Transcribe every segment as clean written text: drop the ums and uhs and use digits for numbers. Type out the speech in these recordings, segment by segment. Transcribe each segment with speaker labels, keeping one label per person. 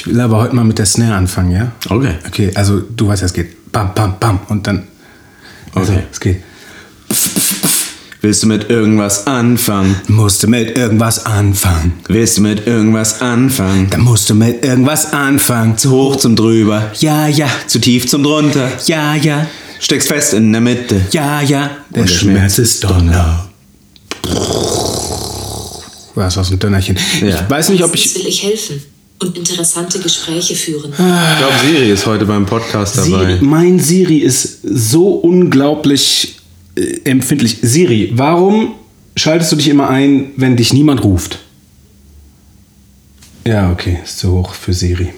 Speaker 1: will aber heute mal mit der Snare anfangen, ja?
Speaker 2: Okay.
Speaker 1: Okay, also du weißt ja, es geht bam, bam, bam und dann... Also,
Speaker 2: Okay.
Speaker 1: es geht...
Speaker 2: Willst du mit irgendwas anfangen?
Speaker 1: Musst du mit irgendwas anfangen.
Speaker 2: Willst du mit irgendwas anfangen?
Speaker 1: Dann musst du mit irgendwas anfangen.
Speaker 2: Zu hoch zum drüber,
Speaker 1: Ja, ja,
Speaker 2: zu tief zum drunter.
Speaker 1: ja, ja,
Speaker 2: Steckst fest in der Mitte.
Speaker 1: ja, ja. Der
Speaker 2: Schmerz
Speaker 1: ist Donner. Was aus dem Dönnerchen.
Speaker 2: Ja.
Speaker 1: Ich weiß nicht, ob
Speaker 3: Meistens
Speaker 1: ich...
Speaker 3: will ich helfen und interessante Gespräche führen.
Speaker 2: Ich glaube, Siri ist heute beim Podcast dabei.
Speaker 1: Mein Siri ist so unglaublich empfindlich. Siri, warum schaltest du dich immer ein, wenn dich niemand ruft? Ja, okay, ist zu hoch für Siri.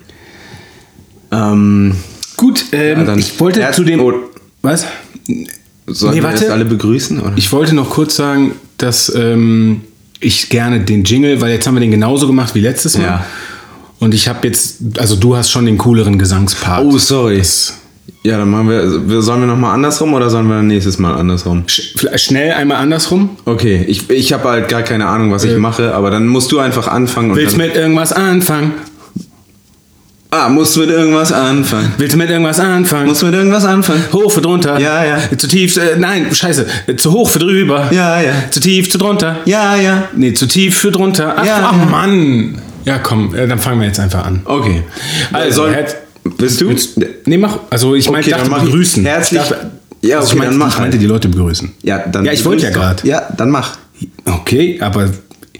Speaker 1: Gut,
Speaker 2: dann
Speaker 1: ich wollte zu dem... Was?
Speaker 2: Sollen
Speaker 1: Nee,
Speaker 2: wir
Speaker 1: warte.
Speaker 2: jetzt alle begrüßen? Oder?
Speaker 1: Ich wollte noch kurz sagen, dass ich gerne den Jingle, weil jetzt haben wir den genauso gemacht wie letztes Mal.
Speaker 2: Ja.
Speaker 1: Und ich habe jetzt, also du hast schon den cooleren Gesangspart.
Speaker 2: Oh, sorry. Ja, dann machen wir. Sollen wir nochmal andersrum oder sollen wir nächstes Mal andersrum?
Speaker 1: Vielleicht schnell einmal andersrum.
Speaker 2: Okay, ich habe halt gar keine Ahnung, was ich mache, aber dann musst du einfach anfangen. Und
Speaker 1: Willst du
Speaker 2: dann,
Speaker 1: mit irgendwas anfangen?
Speaker 2: musst du mit irgendwas anfangen?
Speaker 1: Willst du mit irgendwas anfangen?
Speaker 2: Musst du mit irgendwas anfangen?
Speaker 1: Hoch für drunter.
Speaker 2: Ja, ja.
Speaker 1: Zu tief, nein, scheiße. Zu hoch für drüber.
Speaker 2: Ja, ja.
Speaker 1: Zu tief, zu drunter.
Speaker 2: Ja, ja.
Speaker 1: Nee, zu tief für drunter. Ach,
Speaker 2: Ja,
Speaker 1: ach
Speaker 2: ja.
Speaker 1: Mann. Ja, komm, dann fangen wir jetzt einfach an.
Speaker 2: Okay.
Speaker 1: Also,
Speaker 2: Bist du?
Speaker 1: Nee, mach. Also ich
Speaker 2: Okay,
Speaker 1: dachte
Speaker 2: dann mach ich
Speaker 1: begrüßen.
Speaker 2: herzlich-
Speaker 1: Ich dachte,
Speaker 2: Ja,
Speaker 1: also
Speaker 2: okay, dann mach
Speaker 1: Ich meinte
Speaker 2: halt.
Speaker 1: die Leute begrüßen.
Speaker 2: Ja, dann.
Speaker 1: Ja, ich wollte ja
Speaker 2: begrüß doch.
Speaker 1: gerade.
Speaker 2: Ja, dann mach.
Speaker 1: Okay, aber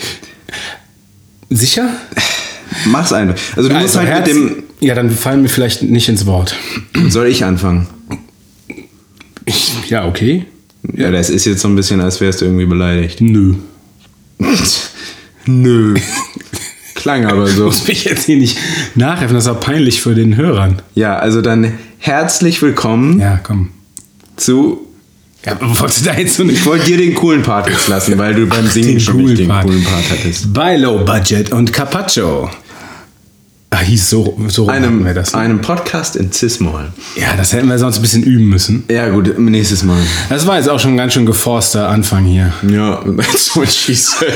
Speaker 1: sicher?
Speaker 2: Mach's einfach. Also du musst halt mit dem.
Speaker 1: Ja, dann fallen wir vielleicht nicht ins Wort.
Speaker 2: Soll ich anfangen?
Speaker 1: Ja, okay.
Speaker 2: Ja, das ist jetzt so ein bisschen, als wärst du irgendwie beleidigt.
Speaker 1: Nö.
Speaker 2: Nö. Klang aber so.
Speaker 1: Muss mich jetzt hier nicht nachhelfen, das ist auch peinlich für den Hörern.
Speaker 2: Ja, also dann herzlich willkommen
Speaker 1: Ja, komm.
Speaker 2: zu.
Speaker 1: Ja, wolltest du da jetzt so eine...
Speaker 2: Ich wollte dir den coolen Part jetzt lassen, weil du beim Singen
Speaker 1: den
Speaker 2: schon nicht den
Speaker 1: coolen Part.
Speaker 2: coolen Part hattest.
Speaker 1: Bei Low Budget und Carpaccio. Hieß so hatten wir das. Ne?
Speaker 2: Einem Podcast in Cis-Moll.
Speaker 1: Ja, das hätten wir sonst ein bisschen üben müssen.
Speaker 2: Ja, gut, nächstes Mal.
Speaker 1: Das war jetzt auch schon ein ganz schön geforster Anfang hier.
Speaker 2: Ja, that's what she said.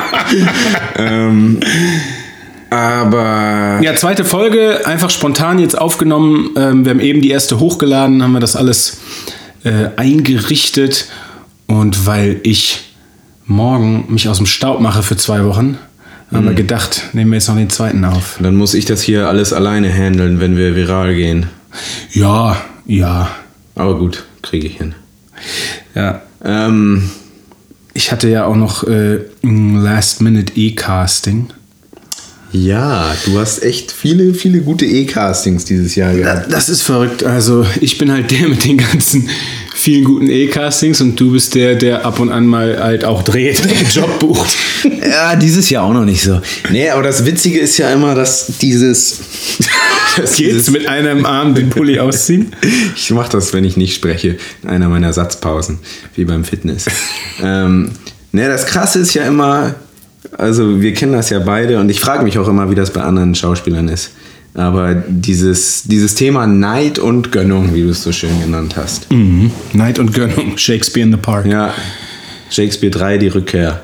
Speaker 2: Aber.
Speaker 1: Ja, zweite Folge, einfach spontan jetzt aufgenommen. Wir haben eben die erste hochgeladen, haben wir das alles eingerichtet. Und weil ich morgen mich aus dem Staub mache für 2 Wochen, haben wir gedacht, nehmen wir jetzt noch den zweiten auf.
Speaker 2: Dann muss ich das hier alles alleine handeln, wenn wir viral gehen.
Speaker 1: Ja.
Speaker 2: Aber gut, kriege ich hin.
Speaker 1: Ja. Ich hatte ja auch noch ein Last-Minute-E-Casting.
Speaker 2: Ja, du hast echt viele, viele gute E-Castings dieses Jahr gehabt.
Speaker 1: Das ist verrückt. Also ich bin halt der mit den ganzen vielen guten E-Castings und du bist der ab und an mal halt auch dreht, den Job bucht.
Speaker 2: Ja, dieses Jahr auch noch nicht so. Nee, aber das Witzige ist ja immer, dass dieses...
Speaker 1: Geht's mit einem Arm den Pulli ausziehen?
Speaker 2: Ich mache das, wenn ich nicht spreche, in einer meiner Satzpausen, wie beim Fitness. Das Krasse ist ja immer, also wir kennen das ja beide und ich frage mich auch immer, wie das bei anderen Schauspielern ist. Aber dieses Thema Neid und Gönnung, wie du es so schön genannt hast.
Speaker 1: Mhm. Neid und Gönnung, Shakespeare in the Park.
Speaker 2: Ja, Shakespeare 3, die Rückkehr.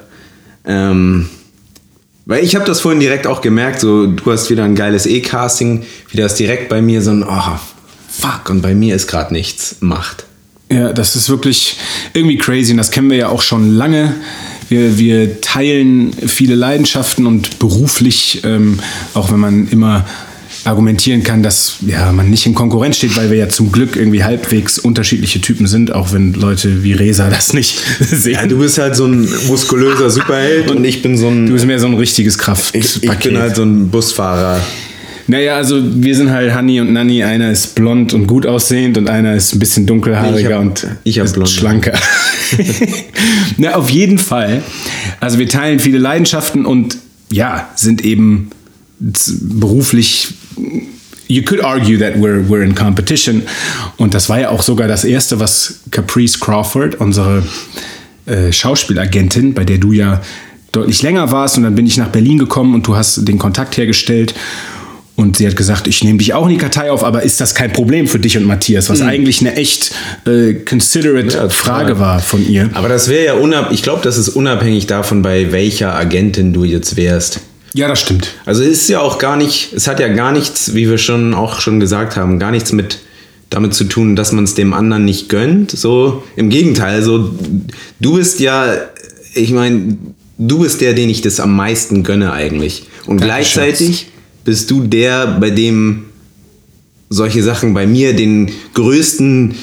Speaker 2: Weil ich habe das vorhin direkt auch gemerkt, so du hast wieder ein geiles E-Casting, wie das direkt bei mir so ein, oh, fuck, und bei mir ist gerade nichts macht.
Speaker 1: Ja, das ist wirklich irgendwie crazy und das kennen wir ja auch schon lange. Wir teilen viele Leidenschaften und beruflich, auch wenn man immer argumentieren kann, dass man nicht in Konkurrenz steht, weil wir ja zum Glück irgendwie halbwegs unterschiedliche Typen sind, auch wenn Leute wie Reza das nicht sehen.
Speaker 2: Ja, du bist halt so ein muskulöser Superheld und ich bin so ein...
Speaker 1: Du bist mehr so ein richtiges Kraftpaket.
Speaker 2: Ich bin halt so ein Busfahrer.
Speaker 1: Naja, also wir sind halt Hani und Nanni. Einer ist blond und gut aussehend und einer ist ein bisschen dunkelhaariger und
Speaker 2: ist blond.
Speaker 1: schlanker. Na, auf jeden Fall. Also wir teilen viele Leidenschaften und sind eben beruflich... You could argue that we're in competition. Und das war ja auch sogar das Erste, was Caprice Crawford, unsere Schauspielagentin, bei der du ja deutlich länger warst, und dann bin ich nach Berlin gekommen und du hast den Kontakt hergestellt. Und sie hat gesagt, ich nehme dich auch in die Kartei auf, aber ist das kein Problem für dich und Matthias? Was eigentlich eine echt considerate Frage war von ihr.
Speaker 2: Aber das wäre ja ich glaube, das ist unabhängig davon, bei welcher Agentin du jetzt wärst.
Speaker 1: Ja, das stimmt.
Speaker 2: Also es hat ja gar nichts, wie wir auch schon gesagt haben, gar nichts damit zu tun, dass man es dem anderen nicht gönnt. So, im Gegenteil, so, du bist der, den ich das am meisten gönne eigentlich. Und gleichzeitig bist du der, bei dem solche Sachen bei mir den größten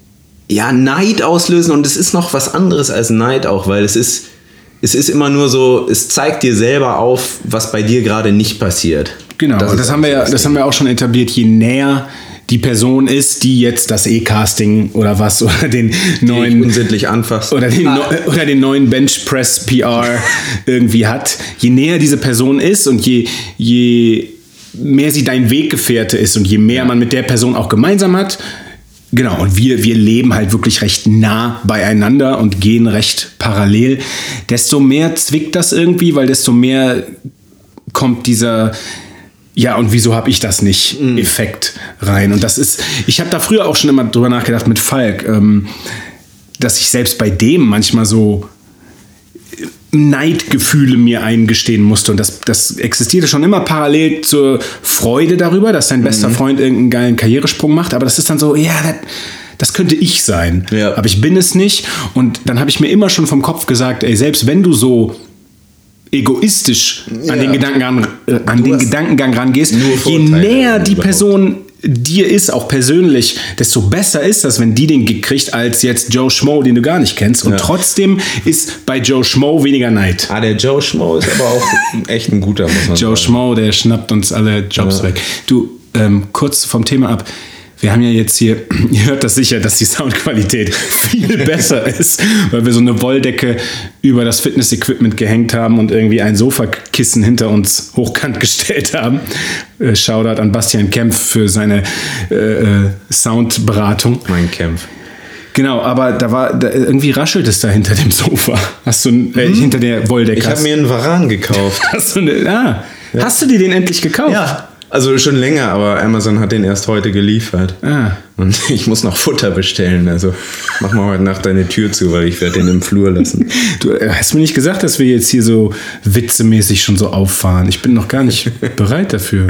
Speaker 2: Neid auslösen. Und es ist noch was anderes als Neid auch, weil es ist immer nur so, es zeigt dir selber auf, was bei dir gerade nicht passiert.
Speaker 1: Genau, das haben wir auch schon etabliert. Je näher die Person ist, die jetzt das E-Casting oder was oder den neuen
Speaker 2: unsittlich anfasst
Speaker 1: oder den neuen Benchpress PR irgendwie hat, je näher diese Person ist und je mehr sie dein Weggefährte ist und je mehr man mit der Person auch gemeinsam hat. Genau, und wir leben halt wirklich recht nah beieinander und gehen recht parallel. Desto mehr zwickt das irgendwie, weil desto mehr kommt dieser und wieso habe ich das nicht Effekt rein. Und das ist, ich habe da früher auch schon immer drüber nachgedacht mit Falk, dass ich selbst bei dem manchmal so Neidgefühle mir eingestehen musste. Und das existierte schon immer parallel zur Freude darüber, dass sein bester Freund irgendeinen geilen Karrieresprung macht. Aber das ist dann so, das könnte ich sein. Ja. Aber ich bin es nicht. Und dann habe ich mir immer schon vom Kopf gesagt, ey, selbst wenn du so egoistisch an den Gedankengang rangehst, je näher die Person dir ist, auch persönlich, desto besser ist das, wenn die den Gig kriegt, als jetzt Joe Schmo, den du gar nicht kennst. Und trotzdem ist bei Joe Schmo weniger Neid.
Speaker 2: Der Joe Schmo ist aber auch echt ein guter, muss man sagen.
Speaker 1: Joe Schmo, der schnappt uns alle Jobs weg. Du, kurz vom Thema ab. Wir haben ja jetzt hier, ihr hört das sicher, dass die Soundqualität viel besser ist, weil wir so eine Wolldecke über das Fitness-Equipment gehängt haben und irgendwie ein Sofakissen hinter uns hochkant gestellt haben. Shoutout an Bastian Kempf für seine Soundberatung.
Speaker 2: Mein Kempf.
Speaker 1: Genau, aber da irgendwie raschelt es da hinter dem Sofa. Hast du hinter der Wolldecke?
Speaker 2: Ich habe mir einen Varan gekauft.
Speaker 1: Hast du dir den endlich gekauft?
Speaker 2: Ja. Also schon länger, aber Amazon hat den erst heute geliefert. Und ich muss noch Futter bestellen. Also mach mal heute Nacht deine Tür zu, weil ich werde den im Flur lassen.
Speaker 1: Du hast mir nicht gesagt, dass wir jetzt hier so witzemäßig schon so auffahren. Ich bin noch gar nicht bereit dafür.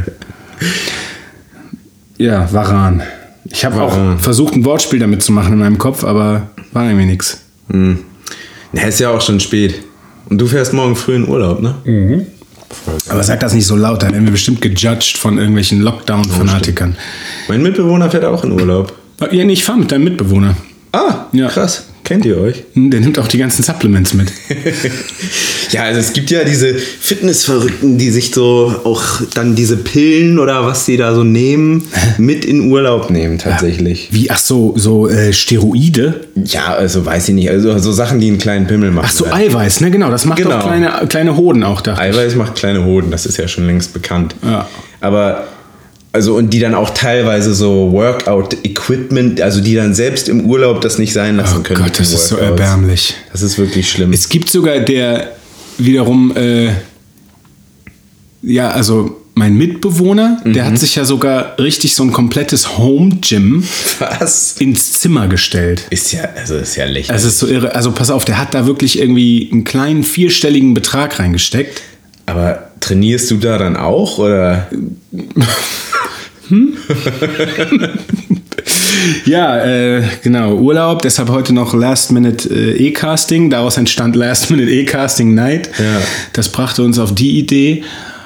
Speaker 1: Ja, Varan. Ich habe auch versucht, ein Wortspiel damit zu machen in meinem Kopf, aber war irgendwie nichts.
Speaker 2: Ist ja auch schon spät. Und du fährst morgen früh in Urlaub, ne?
Speaker 1: Mhm. Aber sag das nicht so laut, dann werden wir bestimmt gejudged von irgendwelchen Lockdown-Fanatikern.
Speaker 2: Mein Mitbewohner fährt auch in Urlaub.
Speaker 1: Ja, nee, ich fahre mit deinem Mitbewohner.
Speaker 2: Ja. Krass. Kennt ihr euch?
Speaker 1: Der nimmt auch die ganzen Supplements mit.
Speaker 2: Ja, also es gibt ja diese Fitnessverrückten, die sich so auch dann diese Pillen oder was die da so nehmen, mit in Urlaub nehmen tatsächlich.
Speaker 1: Wie, so Steroide?
Speaker 2: Ja, also weiß ich nicht. Also so Sachen, die einen kleinen Pimmel machen.
Speaker 1: Ach so, Eiweiß, ne? Genau, das macht doch kleine Hoden auch, dachte ich.
Speaker 2: Eiweiß macht kleine Hoden, das ist ja schon längst bekannt.
Speaker 1: Ja.
Speaker 2: Aber und die dann auch teilweise so Workout-Equipment, also die dann selbst im Urlaub das nicht sein lassen können.
Speaker 1: Oh Gott, das ist so erbärmlich.
Speaker 2: Das ist wirklich schlimm.
Speaker 1: Es gibt sogar mein Mitbewohner, der hat sich ja sogar richtig so ein komplettes Home-Gym ins Zimmer gestellt.
Speaker 2: Ist ja lächerlich.
Speaker 1: Also ist so irre. Also pass auf, der hat da wirklich irgendwie einen kleinen 4-stelligen Betrag reingesteckt.
Speaker 2: Aber trainierst du da dann auch, oder?
Speaker 1: Ja, genau, Urlaub, deshalb heute noch Last-Minute E-Casting, daraus entstand Last-Minute E-Casting Night.
Speaker 2: Ja.
Speaker 1: Das brachte uns auf die Idee.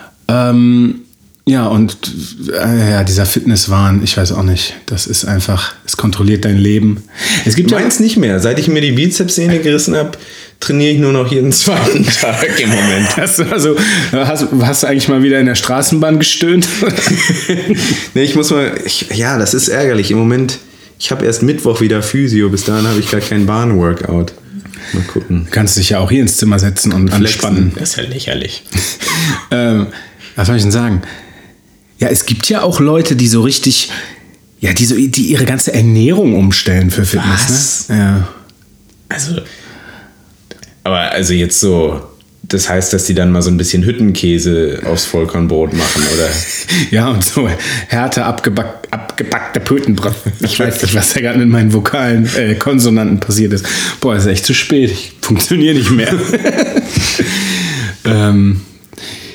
Speaker 1: Dieser Fitnesswahn, ich weiß auch nicht, das ist einfach, es kontrolliert dein Leben. Es gibt
Speaker 2: meins nicht mehr, seit ich mir die Bizepssehne gerissen habe, trainiere ich nur noch jeden zweiten Tag im Moment.
Speaker 1: Hast du eigentlich mal wieder in der Straßenbahn gestöhnt?
Speaker 2: Nee, das ist ärgerlich. Im Moment, ich habe erst Mittwoch wieder Physio, bis dahin habe ich gar kein Bahnworkout. Mal gucken.
Speaker 1: Du kannst dich ja auch hier ins Zimmer setzen und anspannen.
Speaker 2: Das ist ja lächerlich.
Speaker 1: Was soll ich denn sagen? Ja, es gibt ja auch Leute, die so richtig, die ihre ganze Ernährung umstellen für Fitness.
Speaker 2: Was?
Speaker 1: Ne? Ja.
Speaker 2: Also jetzt so, das heißt, dass die dann mal so ein bisschen Hüttenkäse aufs Vollkornbrot machen, oder?
Speaker 1: Ja, und so härte abgebackte Pötenbrot. Ich weiß nicht, was da gerade mit meinen vokalen Konsonanten passiert ist. Boah, ist echt zu spät. Ich funktioniere nicht mehr.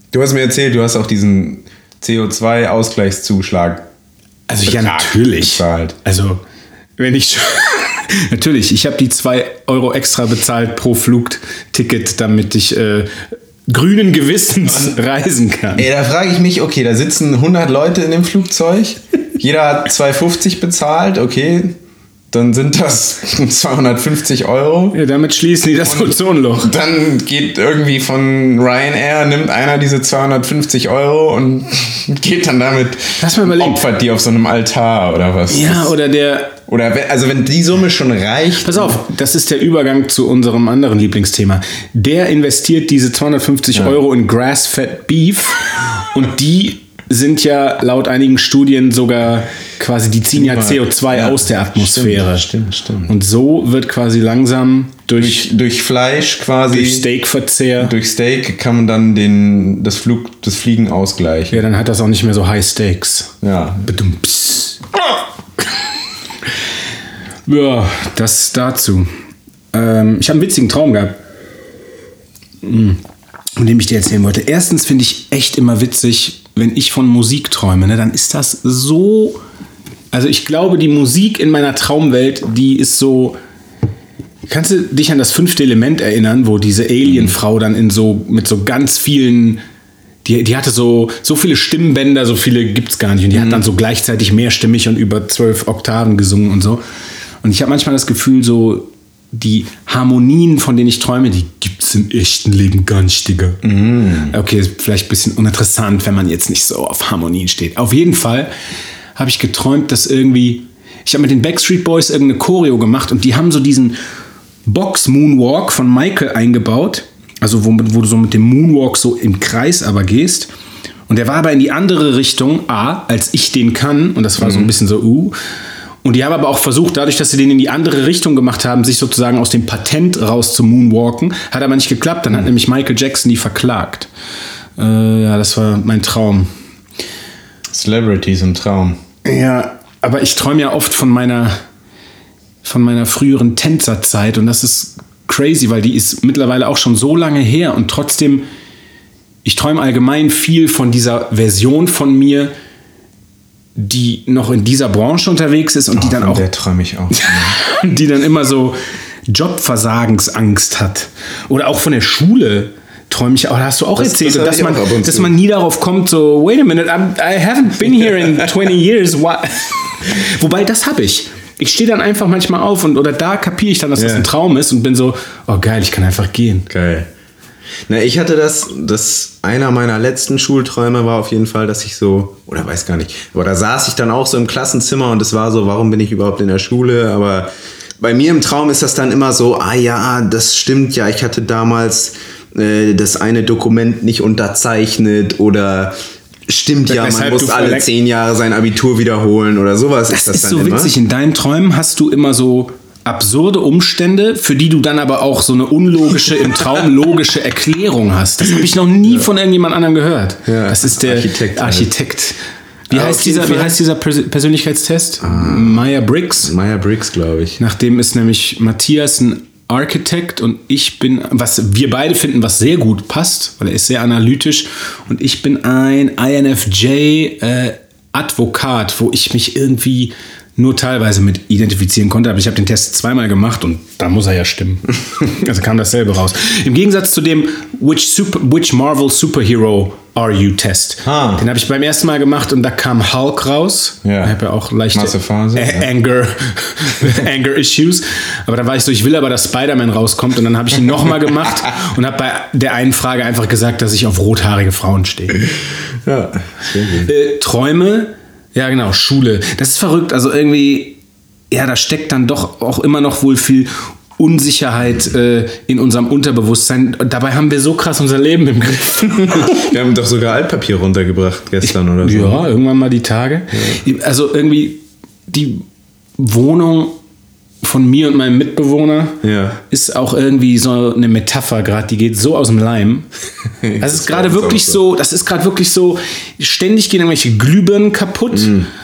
Speaker 2: Du hast mir erzählt, du hast auch diesen CO2-Ausgleichszuschlag.
Speaker 1: Also ja, natürlich.
Speaker 2: Bezahlt.
Speaker 1: Also, wenn ich schon... Natürlich, ich habe die 2 Euro extra bezahlt pro Flugticket, damit ich grünen Gewissens reisen kann.
Speaker 2: Ey, da frage ich mich, okay, da sitzen 100 Leute in dem Flugzeug, jeder hat 2,50 bezahlt, okay, dann sind das 250 Euro.
Speaker 1: Ja, damit schließen die das Ozonloch.
Speaker 2: Dann geht irgendwie von Ryanair, nimmt einer diese 250 Euro und geht dann damit,
Speaker 1: Lass mal überlegen.
Speaker 2: opfert die auf so einem Altar oder was.
Speaker 1: Ja, oder der...
Speaker 2: Oder wenn die Summe schon reicht.
Speaker 1: Pass auf, das ist der Übergang zu unserem anderen Lieblingsthema. Der investiert diese 250 Euro in Grass-Fed Beef und die sind ja laut einigen Studien sogar quasi, die ziehen ja CO2 aus der Atmosphäre.
Speaker 2: Stimmt.
Speaker 1: Und so wird quasi langsam durch
Speaker 2: Fleisch quasi.
Speaker 1: Durch Steakverzehr.
Speaker 2: Durch Steak kann man dann das Fliegen ausgleichen.
Speaker 1: Ja, dann hat das auch nicht mehr so High Stakes.
Speaker 2: Ja.
Speaker 1: Bedumps. Ja, das dazu. Ich habe einen witzigen Traum gehabt, von dem ich dir erzählen wollte. Erstens finde ich echt immer witzig, wenn ich von Musik träume, ne, dann ist das so... Also ich glaube, die Musik in meiner Traumwelt, die ist so... Kannst du dich an das 5. Element erinnern, wo diese Alien-Frau dann mit so ganz vielen... Die hatte so viele Stimmbänder, so viele gibt's gar nicht. Und die hat dann so gleichzeitig mehrstimmig und über 12 Oktaven gesungen und so. Und ich habe manchmal das Gefühl, so die Harmonien, von denen ich träume, die gibt's im echten Leben gar nicht, Digga. Okay, ist vielleicht ein bisschen uninteressant, wenn man jetzt nicht so auf Harmonien steht. Auf jeden Fall habe ich geträumt, dass irgendwie... Ich habe mit den Backstreet Boys irgendeine Choreo gemacht und die haben so diesen Box-Moonwalk von Michael eingebaut. Also wo du so mit dem Moonwalk so im Kreis aber gehst. Und der war aber in die andere Richtung, als ich den kann. Und das war so ein bisschen so, Und die haben aber auch versucht, dadurch, dass sie den in die andere Richtung gemacht haben, sich sozusagen aus dem Patent raus zu moonwalken. Hat aber nicht geklappt. Dann hat nämlich Michael Jackson die verklagt. Ja, das war mein Traum.
Speaker 2: Celebrities im Traum.
Speaker 1: Ja, aber ich träume ja oft von meiner früheren Tänzerzeit. Und das ist crazy, weil die ist mittlerweile auch schon so lange her. Und trotzdem, ich träume allgemein viel von dieser Version von mir, die noch in dieser Branche unterwegs ist und die dann auch...
Speaker 2: Der träume ich auch.
Speaker 1: Die dann immer so Jobversagensangst hat. Oder auch von der Schule träume ich auch. Hast du auch erzählt, dass man nie darauf kommt, so, wait a minute, I haven't been here in 20 years. What? Wobei, das habe ich. Ich stehe dann einfach manchmal auf oder da kapiere ich dann, dass das ein Traum ist und bin so, oh geil, ich kann einfach gehen.
Speaker 2: Geil. Na, ich hatte das einer meiner letzten Schulträume war auf jeden Fall, dass ich so, oder weiß gar nicht, aber da saß ich dann auch so im Klassenzimmer und es war so, warum bin ich überhaupt in der Schule? Aber bei mir im Traum ist das dann immer so, ja, das stimmt ja, ich hatte damals das eine Dokument nicht unterzeichnet oder stimmt ja, man muss alle 10 Jahre sein Abitur wiederholen oder sowas.
Speaker 1: Das ist so witzig, in deinen Träumen hast du immer so absurde Umstände, für die du dann aber auch so eine unlogische, im Traum logische Erklärung hast. Das habe ich noch nie von irgendjemand anderem gehört. Ja, das ist der Architekt. Wie heißt dieser Persönlichkeitstest? Myers-Briggs?
Speaker 2: Myers-Briggs, glaube ich.
Speaker 1: Nachdem ist nämlich Matthias ein Architekt und ich bin, was wir beide finden, was sehr gut passt, weil er ist sehr analytisch und ich bin ein INFJ-Advokat, wo ich mich irgendwie nur teilweise mit identifizieren konnte, aber ich habe den Test 2-mal gemacht und da muss er ja stimmen. Also kam dasselbe raus. Im Gegensatz zu dem Which Marvel Superhero are you Test. Den habe ich beim ersten Mal gemacht und da kam Hulk raus. Ja. Ich habe ja auch leichte Anger Issues. Aber da war ich so, ich will aber, dass Spider-Man rauskommt und dann habe ich ihn nochmal gemacht und habe bei der einen Frage einfach gesagt, dass ich auf rothaarige Frauen stehe.
Speaker 2: Ja, sehr gut.
Speaker 1: Träume. Ja, genau, Schule. Das ist verrückt. Also irgendwie, ja, da steckt dann doch auch immer noch wohl viel Unsicherheit in unserem Unterbewusstsein. Dabei haben wir so krass unser Leben im Griff.
Speaker 2: Wir haben doch sogar Altpapier runtergebracht gestern oder so.
Speaker 1: Ja, irgendwann mal die Tage. Ja. Also irgendwie die Wohnung von mir und meinem Mitbewohner ist auch irgendwie so eine Metapher gerade, die geht so aus dem Leim. Das ist gerade wirklich so, ständig gehen irgendwelche Glühbirnen kaputt.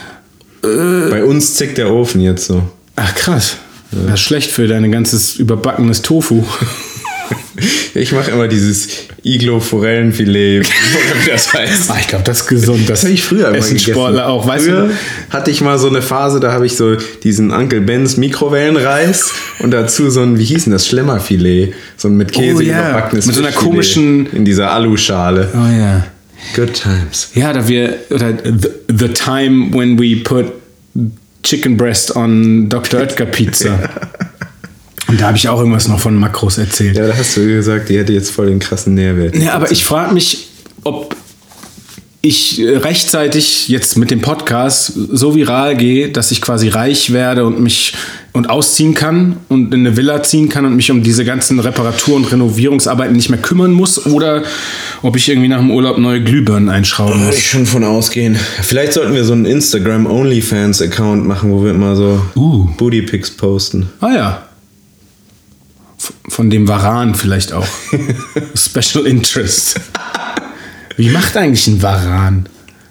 Speaker 2: Bei uns zickt der Ofen jetzt so.
Speaker 1: Ach krass. Ja. Das ist schlecht für dein ganzes überbackenes Tofu.
Speaker 2: Ich mache immer dieses Iglo-Forellenfilet, wie das heißt.
Speaker 1: Ich glaube, das ist gesund. Das
Speaker 2: habe ich früher immer gegessen.
Speaker 1: Sportler auch. Weißt
Speaker 2: früher
Speaker 1: du?
Speaker 2: Hatte ich mal so eine Phase, da habe ich so diesen Uncle Ben's Mikrowellenreis und dazu so ein, wie hieß denn das, Schlemmerfilet. So ein mit Käse überbackenes
Speaker 1: mit so einer komischen...
Speaker 2: in dieser Aluschale.
Speaker 1: Oh ja.
Speaker 2: Good times.
Speaker 1: Ja, oder the time when we put chicken breast on Dr. Oetker Pizza. Und da habe ich auch irgendwas noch von Makros erzählt.
Speaker 2: Ja, da hast du gesagt, die hätte jetzt voll den krassen Nährwert.
Speaker 1: Ja, aber ich frage mich, ob ich rechtzeitig jetzt mit dem Podcast so viral gehe, dass ich quasi reich werde und ausziehen kann und in eine Villa ziehen kann und mich um diese ganzen Reparatur- und Renovierungsarbeiten nicht mehr kümmern muss, oder ob ich irgendwie nach dem Urlaub neue Glühbirnen einschrauben muss.
Speaker 2: Würde ich schon von ausgehen. Vielleicht sollten wir so einen Instagram OnlyFans Account machen, wo wir immer so Booty-Pics posten.
Speaker 1: Ah ja. Von dem Varan vielleicht auch. Special Interest. Wie macht eigentlich ein Varan?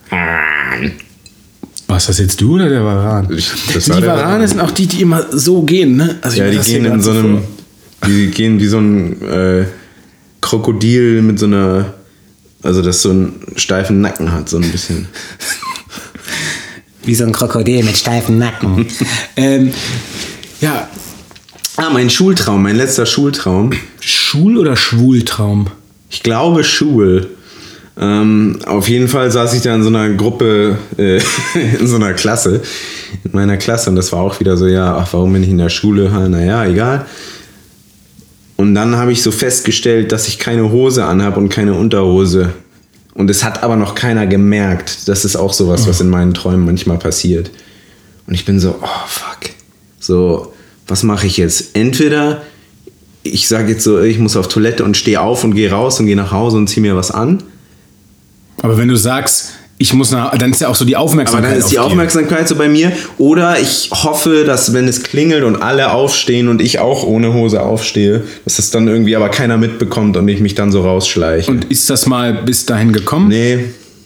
Speaker 1: Was, das jetzt du oder der Varan? Die Varane sind auch die immer so gehen, ne? Also
Speaker 2: ja, die gehen in so einem... Die gehen wie so ein Krokodil mit so einer... Also, das so einen steifen Nacken hat, so ein bisschen.
Speaker 1: Wie so ein Krokodil mit steifen Nacken. Ja.
Speaker 2: Mein Schultraum, mein letzter Schultraum.
Speaker 1: Schul- oder Schwultraum?
Speaker 2: Ich glaube Schul. Auf jeden Fall saß ich da in so einer Gruppe, in so einer Klasse, in meiner Klasse, und das war auch wieder so, warum bin ich in der Schule? Naja, egal. Und dann habe ich so festgestellt, dass ich keine Hose anhabe und keine Unterhose. Und es hat aber noch keiner gemerkt. Das ist auch sowas, was in meinen Träumen manchmal passiert. Und ich bin so, fuck. So, was mache ich jetzt? Entweder ich sage jetzt so, ich muss auf Toilette und stehe auf und gehe raus und gehe nach Hause und ziehe mir was an.
Speaker 1: Aber wenn du sagst, ich muss dann ist ja auch so die Aufmerksamkeit.
Speaker 2: Aber dann ist die Aufmerksamkeit so bei mir. Oder ich hoffe, dass wenn es klingelt und alle aufstehen und ich auch ohne Hose aufstehe, dass das dann irgendwie aber keiner mitbekommt und ich mich dann so rausschleiche.
Speaker 1: Und ist das mal bis dahin gekommen?
Speaker 2: Nee.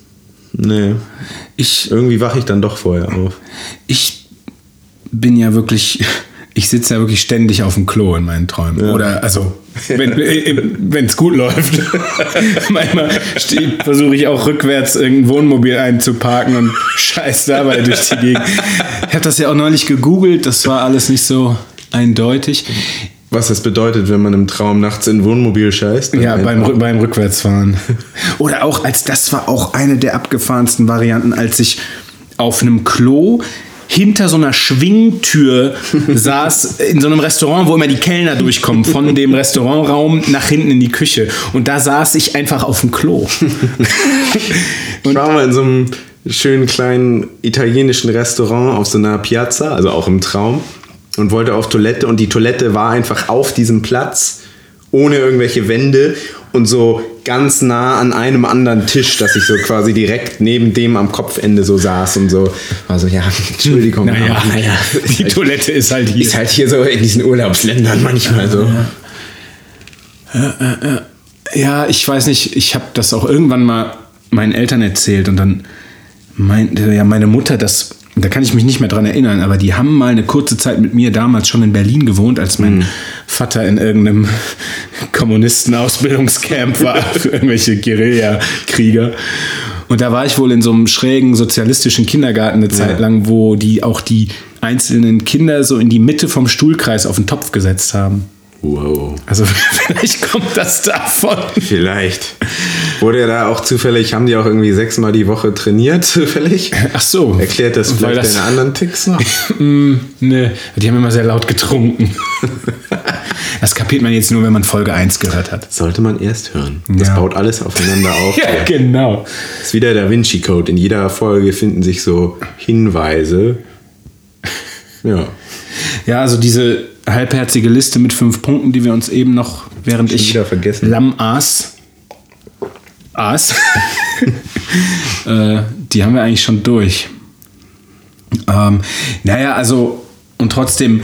Speaker 2: Irgendwie wache ich dann doch vorher auf. Ich
Speaker 1: bin ja wirklich... Ich sitze ja wirklich ständig auf dem Klo in meinen Träumen. Ja. Oder, also, wenn es gut läuft. Manchmal versuche ich auch rückwärts irgendein Wohnmobil einzuparken und scheiß dabei durch die Gegend. Ich habe das ja auch neulich gegoogelt, das war alles nicht so eindeutig.
Speaker 2: Was das bedeutet, wenn man im Traum nachts in ein Wohnmobil scheißt?
Speaker 1: Ja, beim Rückwärtsfahren. Oder auch, das war auch eine der abgefahrensten Varianten, als ich auf einem Klo hinter so einer Schwingtür saß in so einem Restaurant, wo immer die Kellner durchkommen, von dem Restaurantraum nach hinten in die Küche. Und da saß ich einfach auf dem Klo.
Speaker 2: Ich war mal in so einem schönen kleinen italienischen Restaurant auf so einer Piazza, also auch im Traum, und wollte auf Toilette, und die Toilette war einfach auf diesem Platz, ohne irgendwelche Wände und so ganz nah an einem anderen Tisch, dass ich so quasi direkt neben dem am Kopfende so saß und so war so, Entschuldigung.
Speaker 1: Naja, die Toilette ist halt hier.
Speaker 2: Ist halt hier so in diesen Urlaubsländern manchmal so.
Speaker 1: Ja, ich weiß nicht, ich habe das auch irgendwann mal meinen Eltern erzählt und dann meinte meine Mutter, da kann ich mich nicht mehr dran erinnern, aber die haben mal eine kurze Zeit mit mir damals schon in Berlin gewohnt, als mein Vater in irgendeinem Kommunisten-Ausbildungscamp war für irgendwelche Guerilla-Krieger. Und da war ich wohl in so einem schrägen sozialistischen Kindergarten eine Zeit lang, wo die auch die einzelnen Kinder so in die Mitte vom Stuhlkreis auf den Topf gesetzt haben.
Speaker 2: Wow.
Speaker 1: Also vielleicht kommt das davon.
Speaker 2: Vielleicht. Wurde ja da auch zufällig, haben die auch irgendwie 6-mal die Woche trainiert, zufällig?
Speaker 1: Ach so.
Speaker 2: Erklärt das vielleicht deine anderen Ticks noch?
Speaker 1: Nee, die haben immer sehr laut getrunken. Das kapiert man jetzt nur, wenn man Folge 1 gehört hat.
Speaker 2: Sollte man erst hören. Das baut alles aufeinander auf.
Speaker 1: Ja, genau.
Speaker 2: Das ist wie der Da Vinci Code. In jeder Folge finden sich so Hinweise. Ja.
Speaker 1: Ja, also diese halbherzige Liste mit 5 Punkten, die wir uns eben noch, während ich Lamm aß, die haben wir eigentlich schon durch. Also, und trotzdem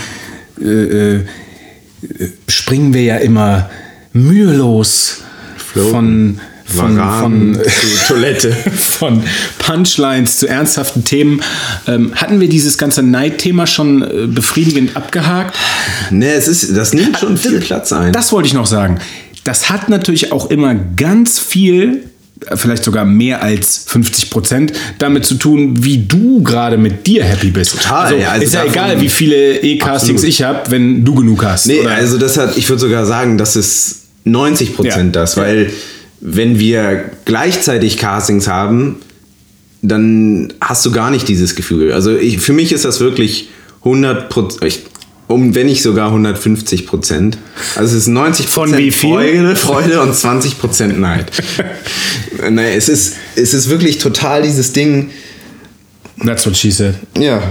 Speaker 1: springen wir ja immer mühelos von
Speaker 2: Varanen zu Toilette.
Speaker 1: Von Punchlines zu ernsthaften Themen. Hatten wir dieses ganze Neid-Thema schon befriedigend abgehakt?
Speaker 2: Ne, das nimmt schon viel Platz ein.
Speaker 1: Das wollte ich noch sagen. Das hat natürlich auch immer ganz viel, vielleicht sogar mehr als 50% damit zu tun, wie du gerade mit dir happy bist.
Speaker 2: Total.
Speaker 1: Also ist ja egal, wie viele E-Castings ich habe, wenn du genug hast.
Speaker 2: Nee,
Speaker 1: oder?
Speaker 2: also ich würde sogar sagen, das ist 90% das, weil wenn wir gleichzeitig Castings haben, dann hast du gar nicht dieses Gefühl. Also für mich ist das wirklich 100%, wenn nicht sogar 150%. Also es ist 90%
Speaker 1: von wie viel?
Speaker 2: Freude und 20% Neid. Nein, es ist wirklich total dieses Ding.
Speaker 1: That's what she said.
Speaker 2: Ja,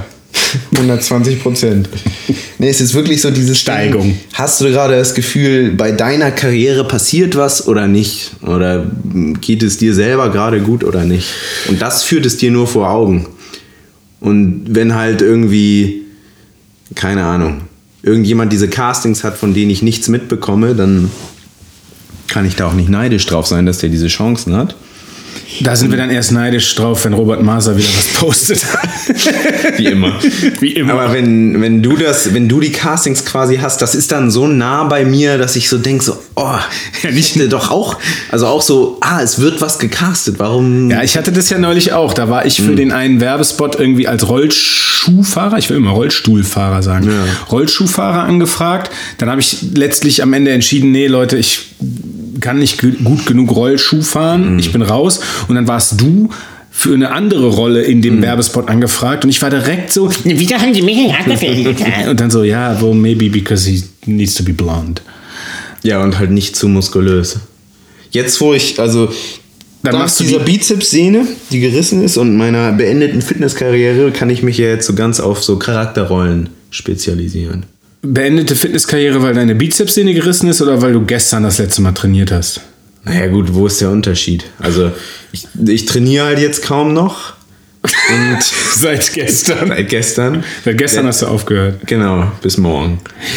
Speaker 2: 120%. Nee, es ist wirklich so diese
Speaker 1: Steigung.
Speaker 2: Ding. Hast du gerade das Gefühl, bei deiner Karriere passiert was oder nicht? Oder geht es dir selber gerade gut oder nicht? Und das führt es dir nur vor Augen. Und wenn halt irgendwie, keine Ahnung, irgendjemand diese Castings hat, von denen ich nichts mitbekomme, dann kann ich da auch nicht neidisch drauf sein, dass der diese Chancen hat.
Speaker 1: Da sind wir dann erst neidisch drauf, wenn Robert Maser wieder was postet.
Speaker 2: Wie immer.
Speaker 1: Wie immer.
Speaker 2: Aber wenn du die Castings quasi hast, das ist dann so nah bei mir, dass ich so denke, so, ich hätte doch auch, also auch so, es wird was gecastet, warum?
Speaker 1: Ja, ich hatte das ja neulich auch. Da war ich für den einen Werbespot irgendwie als Rollschuhfahrer, ich will immer Rollstuhlfahrer sagen, Rollschuhfahrer angefragt. Dann habe ich letztlich am Ende entschieden, nee Leute, ich kann nicht gut genug Rollschuh fahren, ich bin raus. Und dann warst du für eine andere Rolle in dem Werbespot angefragt und ich war direkt so, wieso haben sie mich nicht angefragt? Und dann so, maybe because he needs to be blonde.
Speaker 2: Ja, und halt nicht zu muskulös. Jetzt, wo ich, dann machst du dieser Bizepssehne, die gerissen ist und meiner beendeten Fitnesskarriere, kann ich mich ja jetzt so ganz auf so Charakterrollen spezialisieren.
Speaker 1: Beendete Fitnesskarriere, weil deine Bizepssehne gerissen ist oder weil du gestern das letzte Mal trainiert hast?
Speaker 2: Naja gut, wo ist der Unterschied? Also ich trainiere halt jetzt kaum noch. Und
Speaker 1: Seit gestern?
Speaker 2: Seit gestern.
Speaker 1: Seit gestern hast du aufgehört.
Speaker 2: Genau, bis morgen.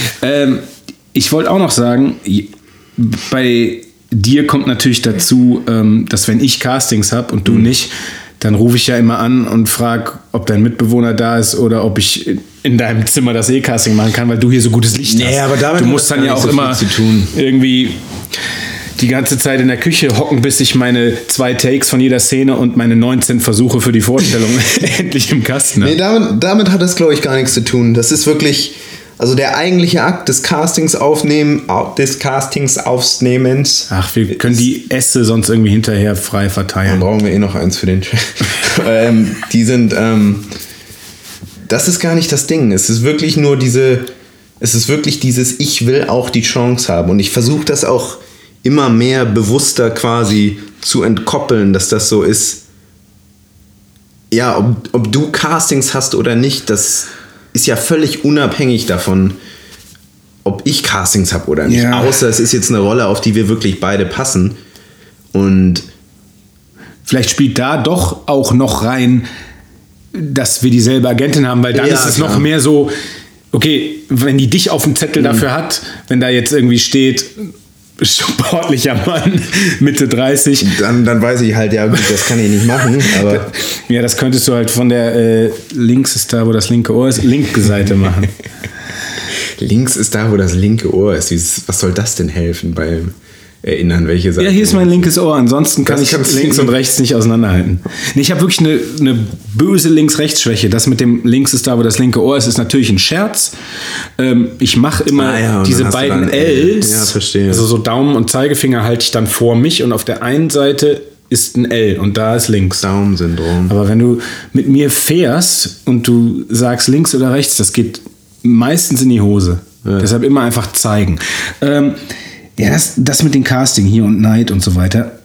Speaker 1: Ich wollte auch noch sagen, bei dir kommt natürlich dazu, dass wenn ich Castings habe und du nicht, dann rufe ich ja immer an und frage, ob dein Mitbewohner da ist oder ob ich in deinem Zimmer das E-Casting machen kann, weil du hier so gutes Licht hast.
Speaker 2: Aber damit
Speaker 1: du musst dann ja auch so immer irgendwie die ganze Zeit in der Küche hocken, bis ich meine 2 Takes von jeder Szene und meine 19 Versuche für die Vorstellung endlich im Kasten habe.
Speaker 2: Nee, damit hat das, glaube ich, gar nichts zu tun. Das ist wirklich, also der eigentliche Akt des Castings Aufnehmens.
Speaker 1: Ach, wir können die Äste sonst irgendwie hinterher frei verteilen.
Speaker 2: Dann brauchen wir eh noch eins für den die sind, das ist gar nicht das Ding. Es ist wirklich nur dieses, ich will auch die Chance haben. Und ich versuche das auch immer mehr bewusster quasi zu entkoppeln, dass das so ist. Ja, ob du Castings hast oder nicht, das ist ja völlig unabhängig davon, ob ich Castings habe oder nicht. Ja. Außer es ist jetzt eine Rolle, auf die wir wirklich beide passen. Und
Speaker 1: vielleicht spielt da doch auch noch rein, dass wir dieselbe Agentin haben, weil dann ist es noch mehr so, okay, wenn die dich auf dem Zettel dafür hat, wenn da jetzt irgendwie steht, sportlicher Mann, Mitte 30.
Speaker 2: Dann weiß ich halt, ja gut, das kann ich nicht machen. Aber
Speaker 1: ja, das könntest du halt von der links ist da, wo das linke Ohr ist, linke Seite machen.
Speaker 2: Links ist da, wo das linke Ohr ist. Was soll das denn helfen beim Erinnern, welche Seite?
Speaker 1: Ja, hier ist mein linkes Ohr, ansonsten kann ich links und rechts nicht auseinanderhalten. Nee, ich habe wirklich eine böse Links-Rechts-Schwäche. Das mit dem links ist da, wo das linke Ohr ist natürlich ein Scherz. Ich mache immer diese beiden Ls,
Speaker 2: ja, verstehe.
Speaker 1: Also so Daumen und Zeigefinger halte ich dann vor mich und auf der einen Seite ist ein L und da ist links.
Speaker 2: Down-Syndrom.
Speaker 1: Aber wenn du mit mir fährst und du sagst links oder rechts, das geht meistens in die Hose. Ja. Deshalb immer einfach zeigen. Ja, das mit dem Casting hier und Neid und so weiter.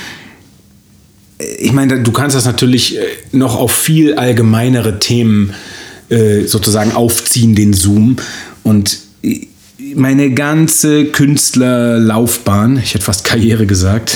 Speaker 1: Ich meine, du kannst das natürlich noch auf viel allgemeinere Themen sozusagen aufziehen, den Zoom. Und meine ganze Künstlerlaufbahn, ich hätte fast Karriere gesagt,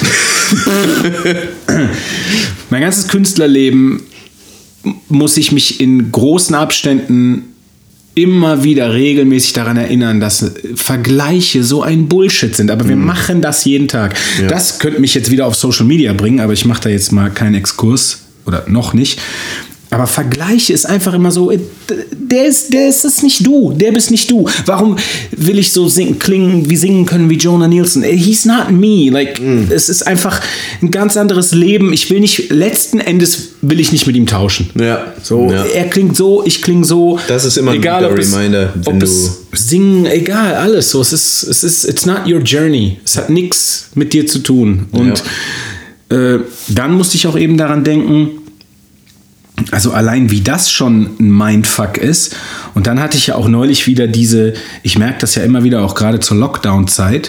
Speaker 1: mein ganzes Künstlerleben muss ich mich in großen Abständen immer wieder regelmäßig daran erinnern, dass Vergleiche so ein Bullshit sind. Aber wir machen das jeden Tag. Ja. Das könnte mich jetzt wieder auf Social Media bringen, aber ich mache da jetzt mal keinen Exkurs oder noch nicht. Aber Vergleiche ist einfach immer so, der ist es nicht du, der bist nicht du. Warum will ich so singen können wie Jonah Nielsen? He's not me. Es ist einfach ein ganz anderes Leben. Letzten Endes will ich nicht mit ihm tauschen.
Speaker 2: Ja.
Speaker 1: So, ja. Er klingt so, ich klinge so.
Speaker 2: Das ist immer ein guter Reminder, wenn du
Speaker 1: singen, egal, alles so. It's not your journey. Es hat nichts mit dir zu tun. Und dann musste ich auch eben daran denken, also allein wie das schon ein Mindfuck ist. Und dann hatte ich ja auch neulich wieder ich merke das ja immer wieder auch gerade zur Lockdown-Zeit,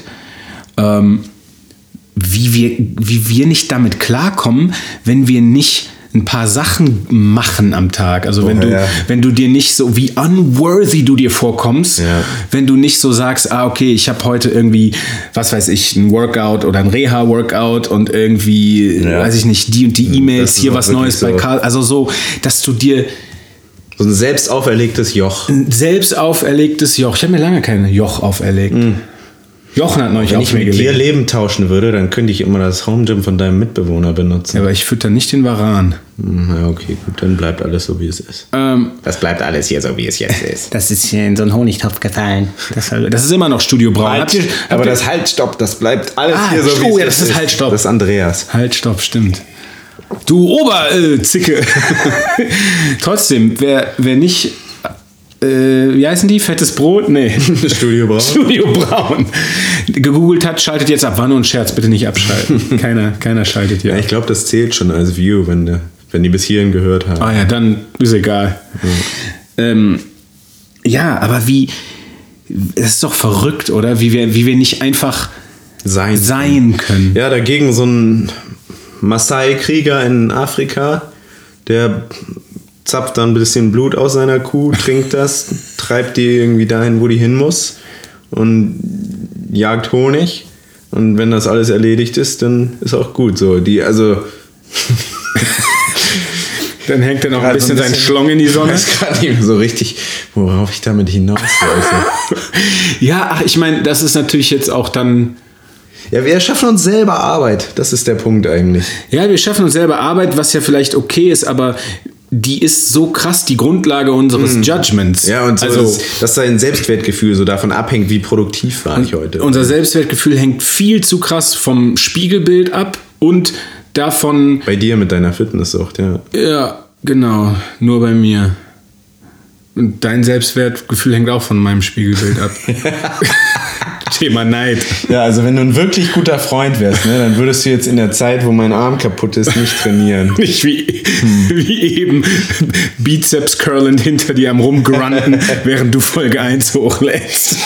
Speaker 1: wie wir nicht damit klarkommen, wenn wir nicht ein paar Sachen machen am Tag. Also wenn du dir nicht so, wie unworthy du dir vorkommst, wenn du nicht so sagst, okay, ich habe heute irgendwie, was weiß ich, ein Workout oder ein Reha-Workout und irgendwie, weiß ich nicht, die und die E-Mails, hier was Neues bei Karl. Also so, dass du dir
Speaker 2: so ein selbst auferlegtes Joch.
Speaker 1: Ich habe mir lange kein Joch auferlegt. Jochen hat neulich
Speaker 2: Wenn ich mit dir Leben tauschen würde, dann könnte ich immer das Home Gym von deinem Mitbewohner benutzen.
Speaker 1: Ja, aber ich fütter nicht den Varan.
Speaker 2: Ja, okay, gut, dann bleibt alles so, wie es ist.
Speaker 4: Das bleibt alles hier so, wie es jetzt ist.
Speaker 1: Das ist hier in so einen Honigtopf gefallen. Das ist immer noch Studio Braun.
Speaker 2: Aber das Haltstopp, das bleibt alles hier so, wie es ist.
Speaker 1: Das ist Haltstopp.
Speaker 2: Das ist Andreas.
Speaker 1: Haltstopp, stimmt. Du Oberzicke. Trotzdem, wer nicht... wie heißen die? Fettes Brot? Nee.
Speaker 2: Studio Braun.
Speaker 1: Studio Braun. Gegoogelt hat, schaltet jetzt ab. War nur ein Scherz, bitte nicht abschalten. Keiner schaltet hier.
Speaker 2: Ja, ich glaube, das zählt schon als View, wenn die bis hierhin gehört haben.
Speaker 1: Ah ja, dann ist egal. Ja, aber das ist doch verrückt, oder? Wie wir nicht einfach sein können.
Speaker 2: Ja, dagegen so ein Maasai-Krieger in Afrika, der zapft dann ein bisschen Blut aus seiner Kuh, trinkt das, treibt die irgendwie dahin, wo die hin muss und jagt Honig. Und wenn das alles erledigt ist, dann ist auch gut so.
Speaker 1: Dann hängt er noch ein bisschen seinen Schlong in die Sonne.
Speaker 2: Ich weiß gerade nicht mehr so richtig, worauf ich damit hinaus wollte.
Speaker 1: Ja, ich meine, das ist natürlich jetzt auch dann...
Speaker 2: Ja, wir schaffen uns selber Arbeit. Das ist der Punkt eigentlich.
Speaker 1: Ja, wir schaffen uns selber Arbeit, was ja vielleicht okay ist, aber die ist so krass die Grundlage unseres Judgments.
Speaker 2: Ja, und so, also, dass dein Selbstwertgefühl so davon abhängt, wie produktiv war ich heute.
Speaker 1: Unser Selbstwertgefühl hängt viel zu krass vom Spiegelbild ab und davon...
Speaker 2: Bei dir mit deiner Fitnesssucht, ja.
Speaker 1: Ja, genau. Nur bei mir. Und dein Selbstwertgefühl hängt auch von meinem Spiegelbild ab. Thema Neid.
Speaker 2: Ja, also wenn du ein wirklich guter Freund wärst, ne, dann würdest du jetzt in der Zeit, wo mein Arm kaputt ist, nicht trainieren.
Speaker 1: Nicht wie eben Bizeps curlend hinter dir am Rumgrunten, während du Folge 1 hochlädst.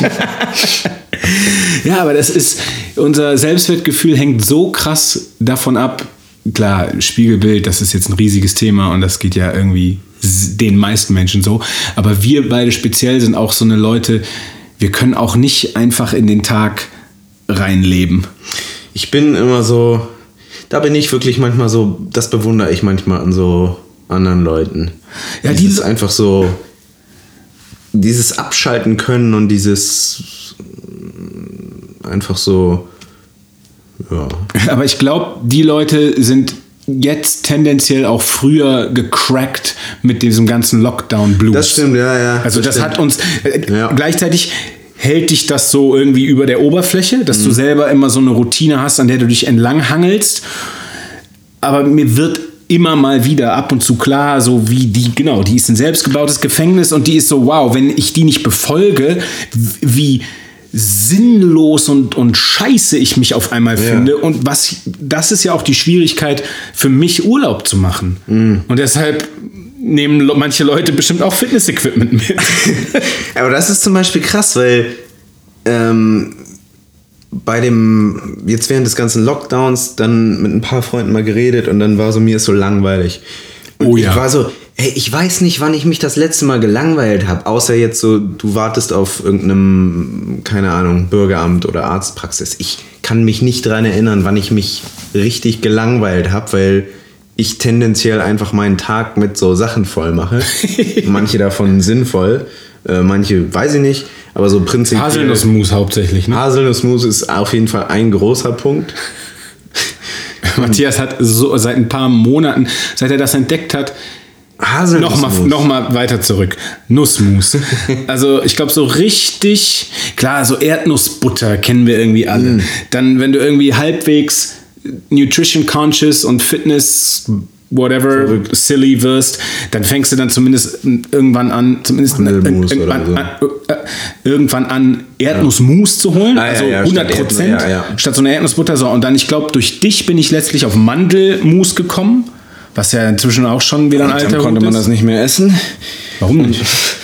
Speaker 1: Ja, aber unser Selbstwertgefühl hängt so krass davon ab. Klar, Spiegelbild, das ist jetzt ein riesiges Thema und das geht ja irgendwie den meisten Menschen so. Aber wir beide speziell sind auch so eine Leute, wir können auch nicht einfach in den Tag reinleben.
Speaker 2: Ich bin immer so, da bin ich wirklich manchmal so, das bewundere ich manchmal an so anderen Leuten. Ja, dieses einfach so, dieses Abschalten können und dieses einfach so, ja. Aber
Speaker 1: ich glaube, die Leute sind jetzt tendenziell auch früher gecrackt mit diesem ganzen Lockdown-Blues.
Speaker 2: Das stimmt, ja.
Speaker 1: Also das hat uns, gleichzeitig hält dich das so irgendwie über der Oberfläche, dass du selber immer so eine Routine hast, an der du dich entlanghangelst. Aber mir wird immer mal wieder ab und zu klar, so wie die ist ein selbstgebautes Gefängnis und die ist so, wow, wenn ich die nicht befolge, wie sinnlos und scheiße ich mich auf einmal finde. Und das ist ja auch die Schwierigkeit für mich, Urlaub zu machen. Und deshalb nehmen manche Leute bestimmt auch Fitness-Equipment mit.
Speaker 2: Aber das ist zum Beispiel krass, weil jetzt während des ganzen Lockdowns dann mit ein paar Freunden mal geredet und dann war so, mir ist so langweilig. Und ich war so, hey, ich weiß nicht, wann ich mich das letzte Mal gelangweilt habe, außer jetzt so, du wartest auf irgendeinem, keine Ahnung, Bürgeramt oder Arztpraxis. Ich kann mich nicht daran erinnern, wann ich mich richtig gelangweilt habe, weil ich tendenziell einfach meinen Tag mit so Sachen voll mache. Manche davon sinnvoll. Manche weiß ich nicht, aber so prinzipiell.
Speaker 1: Haselnussmus hauptsächlich, ne?
Speaker 2: Haselnussmus ist auf jeden Fall ein großer Punkt.
Speaker 1: Matthias hat so seit ein paar Monaten, seit er das entdeckt hat,
Speaker 2: Haselnussmus.
Speaker 1: noch mal weiter zurück. Nussmus. Also ich glaube so richtig, klar, so Erdnussbutter kennen wir irgendwie alle. Dann, wenn du irgendwie halbwegs Nutrition Conscious und Fitness whatever silly wirst, dann fängst du dann zumindest irgendwann an, irgendwann an Erdnussmus zu holen, also 100% statt so einer Erdnussbutter. So, und dann, ich glaube, durch dich bin ich letztlich auf Mandelmus gekommen, was ja inzwischen auch schon wieder ein alter Hut ist.
Speaker 2: Dann konnte man das nicht mehr essen.
Speaker 1: Warum nicht?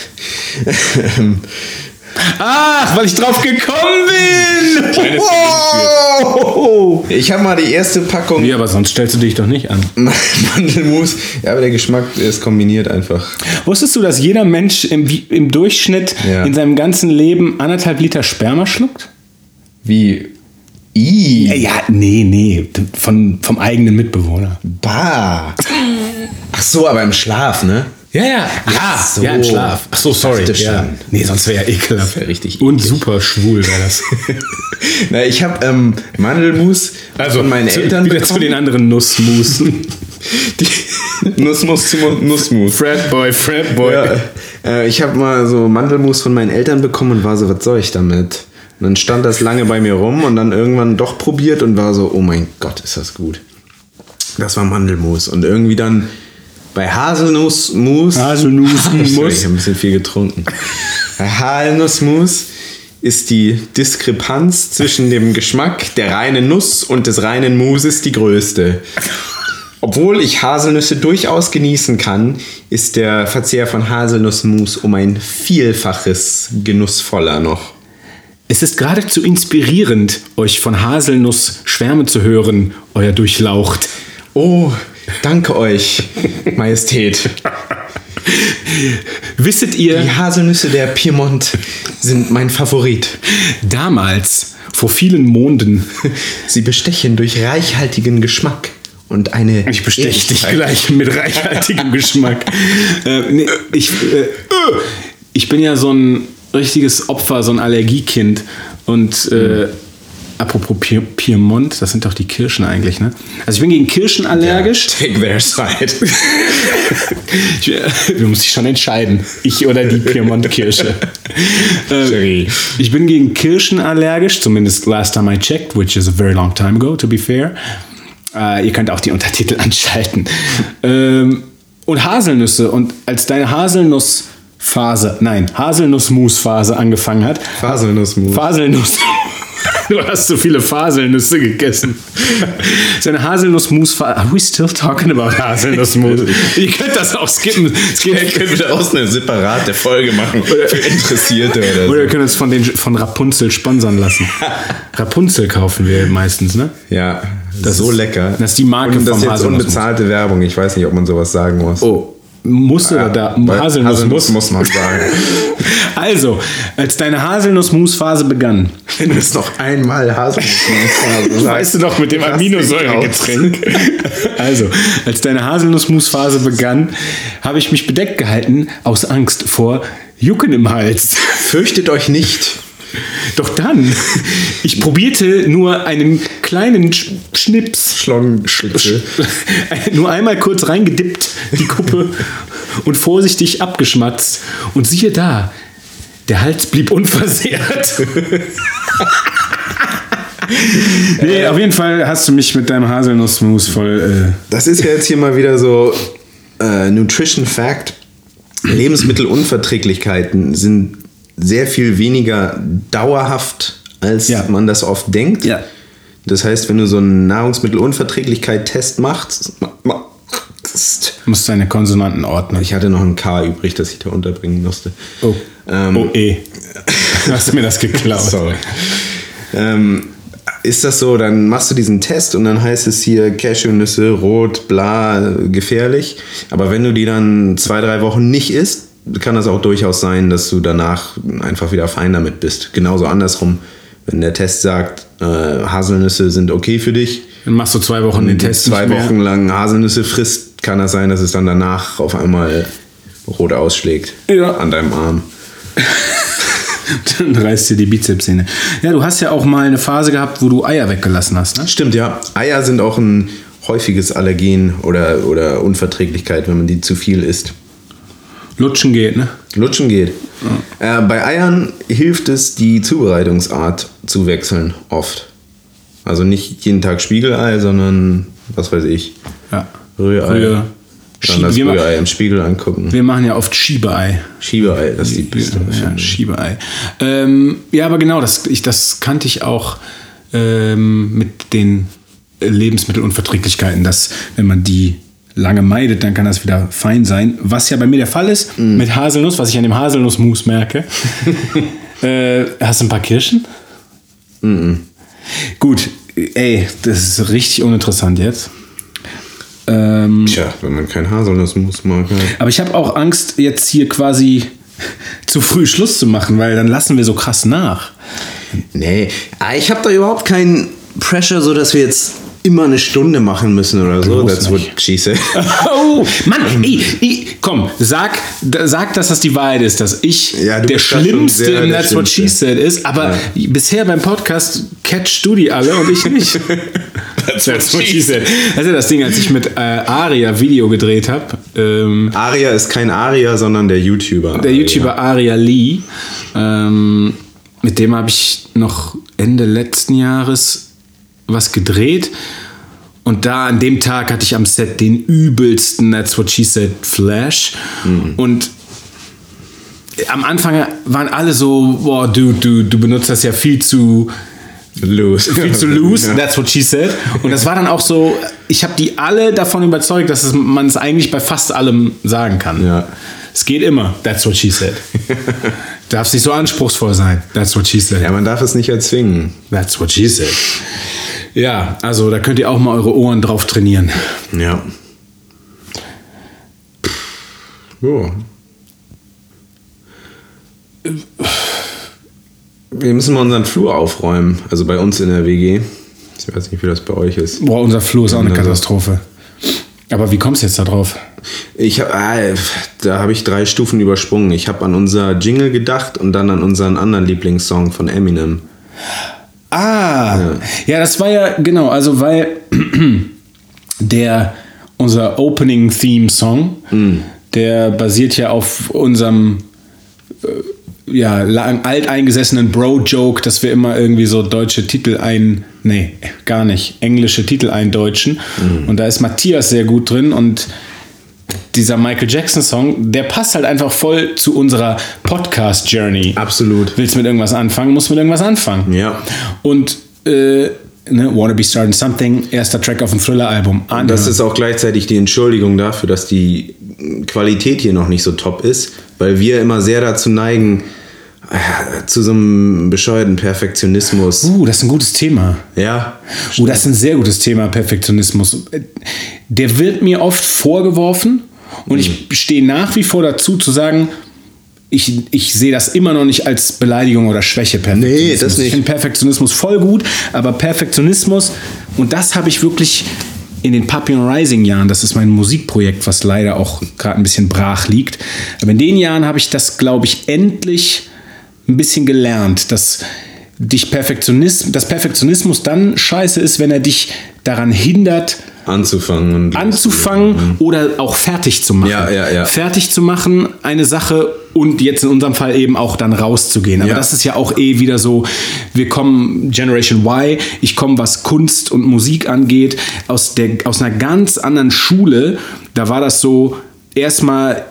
Speaker 1: Ach, weil ich drauf gekommen bin!
Speaker 2: Ich habe mal die erste Packung.
Speaker 1: Nee, aber sonst stellst du dich doch nicht an.
Speaker 2: Mandelmus. Ja, aber der Geschmack ist kombiniert einfach.
Speaker 1: Wusstest du, dass jeder Mensch im Durchschnitt in seinem ganzen Leben 1,5 Liter Sperma schluckt?
Speaker 2: Wie?
Speaker 1: Ja, nee. Vom eigenen Mitbewohner.
Speaker 2: Bah. Ach so, aber im Schlaf, ne?
Speaker 1: Ja,
Speaker 2: so.
Speaker 1: Ja, im Schlaf. Ach so, sorry.
Speaker 2: Ja.
Speaker 1: Nee, sonst wäre ja ekelhaft.
Speaker 2: Das wär richtig
Speaker 1: und super schwul wäre das.
Speaker 2: Na, ich habe Mandelmus von meinen Eltern
Speaker 1: wieder zu den anderen Nussmus.
Speaker 2: Nussmus zu Nussmus.
Speaker 1: Fratboy.
Speaker 2: Ja, ich habe mal so Mandelmus von meinen Eltern bekommen und war so, was soll ich damit? Und dann stand das lange bei mir rum und dann irgendwann doch probiert und war so, oh mein Gott, ist das gut. Das war Mandelmus. Und irgendwie dann bei Haselnussmus. Ich habe ein bisschen viel getrunken. Bei Haselnussmus ist die Diskrepanz zwischen dem Geschmack der reinen Nuss und des reinen Muses die größte. Obwohl ich Haselnüsse durchaus genießen kann, ist der Verzehr von Haselnussmus um ein Vielfaches genussvoller noch.
Speaker 1: Es ist geradezu inspirierend, euch von Haselnuss Schwärme zu hören, euer Durchlaucht.
Speaker 2: Oh, danke euch, Majestät.
Speaker 1: Wisset ihr...
Speaker 2: Die Haselnüsse der Piemont sind mein Favorit.
Speaker 1: Damals, vor vielen Monden...
Speaker 2: Sie bestechen durch reichhaltigen Geschmack und eine...
Speaker 1: Ich besteche dich gleich mit reichhaltigem Geschmack. Ich bin ja so ein richtiges Opfer, so ein Allergiekind. Und apropos Piemont, das sind doch die Kirschen eigentlich, ne? Also ich bin gegen Kirschen allergisch.
Speaker 2: Yeah, take their side.
Speaker 1: Du musst dich schon entscheiden. Ich oder die Piemont-Kirsche. Ich bin gegen Kirschen allergisch, zumindest last time I checked, which is a very long time ago, to be fair. Ihr könnt auch die Untertitel anschalten. Und Haselnüsse. Und als deine Haselnussmus-Phase angefangen hat. Faselnuss. Du hast so viele Faselnüsse gegessen. Seine Haselnuss-Mus-Phase. Are we still talking about Haselnuss-Mus? Ihr könnt das auch skippen.
Speaker 2: Können wir daraus eine separate Folge machen für Interessierte oder so.
Speaker 1: Oder ihr könnt uns von Rapunzel sponsern lassen. Rapunzel kaufen wir meistens, ne?
Speaker 2: Ja, das ist so lecker.
Speaker 1: Das ist die Marke
Speaker 2: und das
Speaker 1: vom
Speaker 2: ist jetzt unbezahlte Werbung. Ich weiß nicht, ob man sowas sagen muss.
Speaker 1: Oh. Musste oder da?
Speaker 2: Haselnuss muss man sagen.
Speaker 1: Also, als deine Haselnuss-Mus-Phase begann.
Speaker 2: Wenn du es noch einmal Haselnuss-Mus-Phase
Speaker 1: weißt du doch, mit dem Aminosäuregetränk. Also, als deine Haselnuss-Mus-Phase begann, habe ich mich bedeckt gehalten aus Angst vor Jucken im Hals.
Speaker 2: Fürchtet euch nicht.
Speaker 1: Doch dann, ich probierte nur einen kleinen Schnips. Nur einmal kurz reingedippt, die Kuppe, und vorsichtig abgeschmatzt. Und siehe da, der Hals blieb unversehrt. Nee, auf jeden Fall hast du mich mit deinem Haselnussmus voll...
Speaker 2: Das ist ja jetzt hier mal wieder so Nutrition Fact. Lebensmittelunverträglichkeiten sind sehr viel weniger dauerhaft, als man das oft denkt.
Speaker 1: Ja.
Speaker 2: Das heißt, wenn du so einen Nahrungsmittelunverträglichkeit-Test machst,
Speaker 1: musst deine Konsonanten ordnen.
Speaker 2: Ich hatte noch ein K übrig, das ich da unterbringen musste.
Speaker 1: Du hast mir das geklaut.
Speaker 2: Sorry. Ist das so, dann machst du diesen Test und dann heißt es hier Cashewnüsse, rot, bla, gefährlich. Aber wenn du die dann 2-3 Wochen nicht isst, kann das auch durchaus sein, dass du danach einfach wieder fein damit bist. Genauso andersrum, wenn der Test sagt, Haselnüsse sind okay für dich.
Speaker 1: Dann machst du 2 Wochen den Test.
Speaker 2: 2 Wochen lang Haselnüsse frisst, kann das sein, dass es dann danach auf einmal rot ausschlägt an deinem Arm.
Speaker 1: Dann reißt dir die Bizepssehne. Ja, du hast ja auch mal eine Phase gehabt, wo du Eier weggelassen hast, ne?
Speaker 2: Stimmt, ja. Eier sind auch ein häufiges Allergen oder Unverträglichkeit, wenn man die zu viel isst.
Speaker 1: Lutschen geht, ne?
Speaker 2: Lutschen geht. Ja. Bei Eiern hilft es, die Zubereitungsart zu wechseln, oft. Also nicht jeden Tag Spiegelei, sondern, was weiß ich, Rührei. Dann das Rührei im Spiegel angucken.
Speaker 1: Wir machen ja oft Schiebeei.
Speaker 2: Schiebeei, das ist die Piste.
Speaker 1: Ja, Schiebeei. Ja, aber genau, das kannte ich auch mit den Lebensmittelunverträglichkeiten, dass wenn man die lange meidet, dann kann das wieder fein sein. Was ja bei mir der Fall ist, mit Haselnuss, was ich an dem Haselnussmus merke. Hast du ein paar Kirschen? Gut, ey, das ist richtig uninteressant jetzt.
Speaker 2: Tja, wenn man kein Haselnussmus mag. Ja.
Speaker 1: Aber ich habe auch Angst, jetzt hier quasi zu früh Schluss zu machen, weil dann lassen wir so krass nach.
Speaker 2: Nee, ich habe da überhaupt keinen Pressure, so dass wir jetzt immer eine Stunde machen müssen oder so. That's what she said.
Speaker 1: Oh, Mann, ey, komm, sag, dass das die Wahrheit ist, dass ich der Schlimmste im That's What She Said ist, aber bisher beim Podcast catchst du die alle und ich nicht. That's what she said. Also das Ding, als ich mit Aria Video gedreht habe.
Speaker 2: Aria ist kein Aria, sondern der YouTuber.
Speaker 1: Der YouTuber Aria Lee. Mit dem habe ich noch Ende letzten Jahres was gedreht. Und da an dem Tag hatte ich am Set den übelsten That's What She Said Flash. Und am Anfang waren alle so, boah, du benutzt das ja viel zu loose. That's what she said. Und das war dann auch so, ich habe die alle davon überzeugt, dass man es eigentlich bei fast allem sagen kann.
Speaker 2: Ja.
Speaker 1: Es geht immer, that's what she said. Darf nicht so anspruchsvoll sein, that's what she said.
Speaker 2: Ja, man darf es nicht erzwingen.
Speaker 1: That's what she said. Ja, also da könnt ihr auch mal eure Ohren drauf trainieren.
Speaker 2: Ja. Oh. Wir müssen mal unseren Flur aufräumen. Also bei uns in der WG. Ich weiß nicht, wie das bei euch ist.
Speaker 1: Boah, unser Flur ist auch eine Katastrophe. Aber wie kommst du jetzt da drauf?
Speaker 2: Da habe ich 3 Stufen übersprungen. Ich habe an unser Jingle gedacht und dann an unseren anderen Lieblingssong von Eminem.
Speaker 1: Ja, das war ja, genau, also weil unser Opening-Theme-Song, der basiert ja auf unserem alteingesessenen Bro-Joke, dass wir immer irgendwie so deutsche Titel englische Titel eindeutschen. Und da ist Matthias sehr gut drin und dieser Michael Jackson-Song, der passt halt einfach voll zu unserer Podcast-Journey.
Speaker 2: Absolut.
Speaker 1: Willst du mit irgendwas anfangen, musst du mit irgendwas anfangen.
Speaker 2: Ja.
Speaker 1: Und Wanna Be Starting Something, erster Track auf dem Thriller-Album.
Speaker 2: Und das ist auch gleichzeitig die Entschuldigung dafür, dass die Qualität hier noch nicht so top ist, weil wir immer sehr dazu neigen, zu so einem bescheuerten Perfektionismus.
Speaker 1: Das ist ein gutes Thema.
Speaker 2: Ja.
Speaker 1: Das ist ein sehr gutes Thema, Perfektionismus. Der wird mir oft vorgeworfen und ich stehe nach wie vor dazu zu sagen, ich sehe das immer noch nicht als Beleidigung oder Schwäche, Perfektionismus.
Speaker 2: Nee, das nicht.
Speaker 1: Ich finde Perfektionismus voll gut, aber Perfektionismus, und das habe ich wirklich in den Papillon Rising Jahren, das ist mein Musikprojekt, was leider auch gerade ein bisschen brach liegt, aber in den Jahren habe ich das, glaube ich, endlich ein bisschen gelernt, dass Perfektionismus dann scheiße ist, wenn er dich daran hindert, anzufangen oder auch fertig zu machen.
Speaker 2: Ja.
Speaker 1: Fertig zu machen, eine Sache, und jetzt in unserem Fall eben auch dann rauszugehen. Aber das ist ja auch wieder so, wir kommen Generation Y, ich komme, was Kunst und Musik angeht, aus einer ganz anderen Schule. Da war das so, erstmal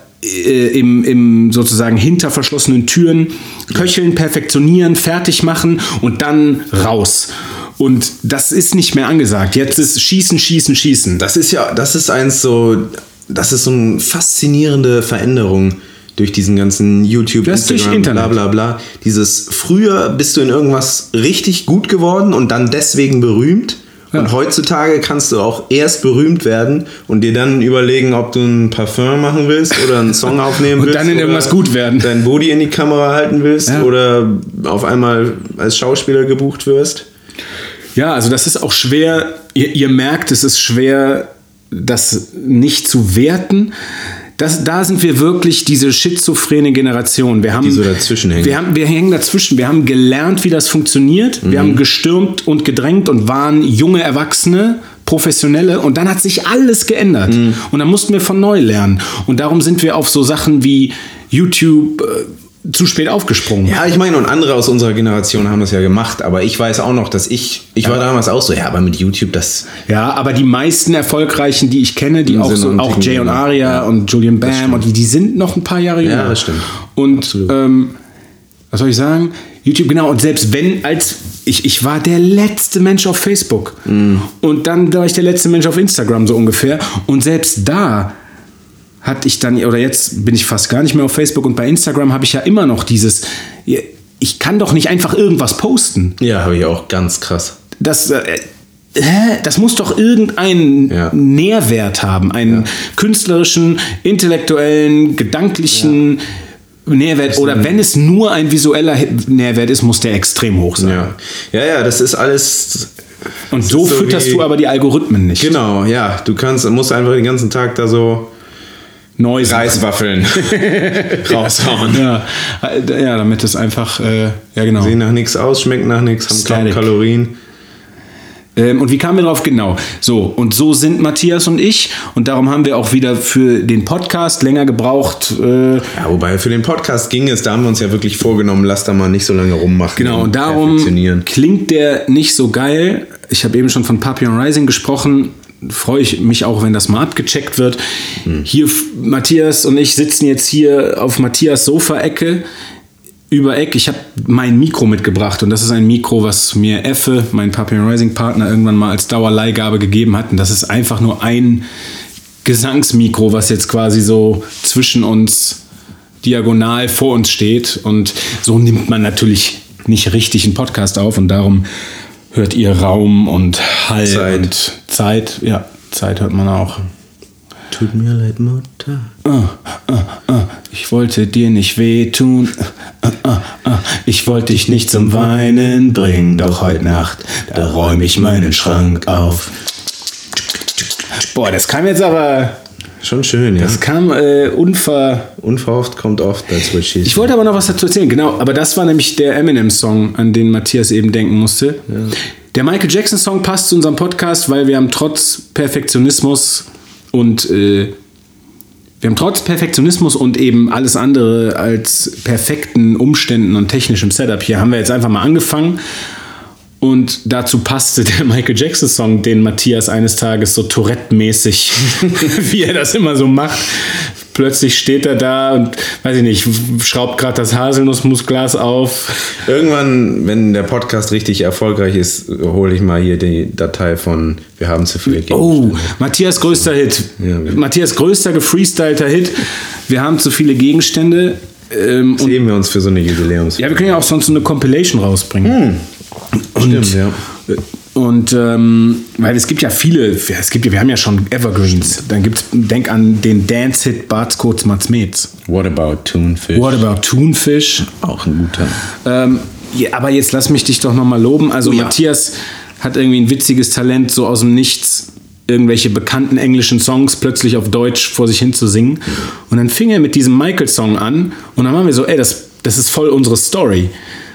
Speaker 1: im sozusagen hinter verschlossenen Türen köcheln, perfektionieren, fertig machen und dann raus. Und das ist nicht mehr angesagt. Jetzt ist Schießen.
Speaker 2: Das ist so eine faszinierende Veränderung durch diesen ganzen YouTube, Instagram, bla bla bla. Früher bist du in irgendwas richtig gut geworden und dann deswegen berühmt. Ja. Und heutzutage kannst du auch erst berühmt werden und dir dann überlegen, ob du ein Parfum machen willst oder einen Song aufnehmen willst.
Speaker 1: Und dann in irgendwas gut werden.
Speaker 2: Dein Body in die Kamera halten willst oder auf einmal als Schauspieler gebucht wirst.
Speaker 1: Ja, also das ist auch schwer. Ihr merkt, es ist schwer, das nicht zu werten. Da sind wir wirklich diese schizophrene Generation.
Speaker 2: Die so dazwischen hängen.
Speaker 1: Wir hängen dazwischen. Wir haben gelernt, wie das funktioniert. Wir haben gestürmt und gedrängt und waren junge Erwachsene, Professionelle. Und dann hat sich alles geändert. Und dann mussten wir von neu lernen. Und darum sind wir auf so Sachen wie YouTube zu spät aufgesprungen.
Speaker 2: Ja, ich meine, und andere aus unserer Generation haben das ja gemacht, aber ich weiß auch noch, dass ich war damals auch so, ja, aber mit YouTube, das...
Speaker 1: Ja, aber die meisten Erfolgreichen, die ich kenne, die auch so, auch Jay und Aria und Julian Bam, und die sind noch ein paar Jahre jünger.
Speaker 2: Ja, das stimmt.
Speaker 1: Und, was soll ich sagen? YouTube, genau, und selbst wenn, ich war der letzte Mensch auf Facebook. Und dann war ich der letzte Mensch auf Instagram, so ungefähr. Und selbst da hatte ich dann, oder jetzt bin ich fast gar nicht mehr auf Facebook, und bei Instagram habe ich ja immer noch dieses, ich kann doch nicht einfach irgendwas posten.
Speaker 2: Ja, habe ich auch, ganz krass.
Speaker 1: Das muss doch irgendeinen Nährwert haben, einen künstlerischen, intellektuellen, gedanklichen Nährwert, oder wenn es nur ein visueller Nährwert ist, muss der extrem hoch sein.
Speaker 2: Ja, das ist alles...
Speaker 1: Und so fütterst du aber die Algorithmen nicht.
Speaker 2: Genau, ja, musst einfach den ganzen Tag da so Reiswaffeln raushauen.
Speaker 1: Ja, damit es einfach, genau.
Speaker 2: Sehen nach nichts aus, schmecken nach nichts, haben kaum Kalorien.
Speaker 1: Und wie kamen wir drauf? Genau. So, und so sind Matthias und ich, und darum haben wir auch wieder für den Podcast länger gebraucht.
Speaker 2: Ja, wobei für den Podcast ging es, da haben wir uns ja wirklich vorgenommen, lass da mal nicht so lange rummachen.
Speaker 1: Genau, und darum klingt der nicht so geil. Ich habe eben schon von Papillon Rising gesprochen. Freue ich mich auch, wenn das mal abgecheckt wird. Hier, Matthias und ich sitzen jetzt hier auf Matthias Sofa-Ecke, über Eck. Ich habe mein Mikro mitgebracht, und das ist ein Mikro, was mir Effe, mein Papillon Rising Partner, irgendwann mal als Dauerleihgabe gegeben hat. Und das ist einfach nur ein Gesangsmikro, was jetzt quasi so zwischen uns diagonal vor uns steht. Und so nimmt man natürlich nicht richtig einen Podcast auf, und darum hört ihr Raum und Hall und Zeit. Ja, Zeit hört man auch.
Speaker 2: Tut mir leid, Mutter.
Speaker 1: Ich wollte dir nicht wehtun. Ich wollte dich nicht zum Weinen bringen. Doch heute Nacht, da räume ich meinen Schrank auf. Boah, das kam jetzt aber...
Speaker 2: Schon schön, ja.
Speaker 1: Das kam
Speaker 2: unverhofft kommt oft.
Speaker 1: Ich wollte aber noch was dazu erzählen, genau. Aber das war nämlich der Eminem-Song, an den Matthias eben denken musste. Ja. Der Michael Jackson-Song passt zu unserem Podcast, weil wir haben trotz Perfektionismus und eben alles andere als perfekten Umständen und technischem Setup hier, haben wir jetzt einfach mal angefangen. Und dazu passte der Michael Jackson-Song, den Matthias eines Tages so Tourette-mäßig, wie er das immer so macht. Plötzlich steht er da und, weiß ich nicht, schraubt gerade das Haselnussmusglas auf.
Speaker 2: Irgendwann, wenn der Podcast richtig erfolgreich ist, hole ich mal hier die Datei von Wir haben zu viele Gegenstände.
Speaker 1: Oh, Matthias größter Hit. Ja, Matthias größter gefreestylter Hit. Wir haben zu viele Gegenstände.
Speaker 2: Sehen wir uns für so eine Jubiläums.
Speaker 1: Ja, wir können ja auch sonst so eine Compilation rausbringen.
Speaker 2: Stimmt, ja.
Speaker 1: Und weil es gibt ja viele, wir haben ja schon Evergreens. Dann denk an den Dance-Hit Bart's Kurz Mats Metz.
Speaker 2: What About Thunfisch?
Speaker 1: Auch ein guter. Aber jetzt lass mich dich doch nochmal loben. Also Matthias hat irgendwie ein witziges Talent, so aus dem Nichts irgendwelche bekannten englischen Songs plötzlich auf Deutsch vor sich hin zu singen. Und dann fing er mit diesem Michael-Song an, und dann waren wir so, das ist voll unsere Story.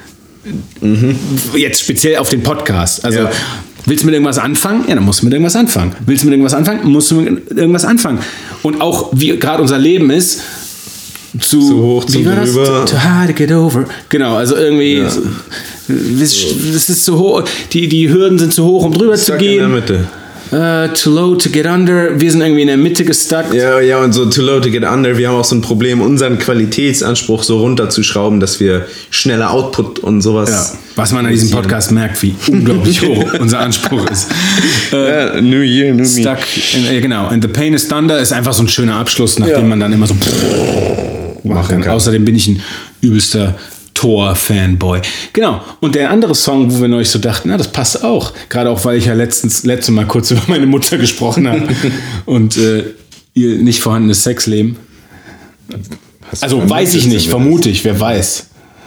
Speaker 1: Jetzt speziell auf den Podcast. Also, willst du mit irgendwas anfangen? Ja, dann musst du mit irgendwas anfangen. Willst du mit irgendwas anfangen? Musst du mit irgendwas anfangen. Und auch, wie gerade unser Leben ist, zu
Speaker 2: hoch, zu drüber.
Speaker 1: Too hard to get over. Genau, also irgendwie, es ist zu hoch, die Hürden sind zu hoch, um drüber zu gehen.
Speaker 2: In der Mitte.
Speaker 1: Too low to get under. Wir sind irgendwie in der Mitte gestuckt.
Speaker 2: Ja, und so too low to get under. Wir haben auch so ein Problem, unseren Qualitätsanspruch so runterzuschrauben, dass wir schneller Output und sowas.
Speaker 1: Ja, was man an diesem Podcast merkt, wie unglaublich hoch unser Anspruch ist.
Speaker 2: New Year, New Me.
Speaker 1: Stuck. Genau. And the Pain is Thunder ist einfach so ein schöner Abschluss, nachdem man dann immer so machen kann. Außerdem bin ich ein übelster Thor-Fanboy. Genau. Und der andere Song, wo wir neulich so dachten, das passt auch. Gerade auch, weil ich ja letztes Mal kurz über meine Mutter gesprochen habe und ihr nicht vorhandenes Sexleben. Also weiß ich nicht, vermute ich, wer weiß.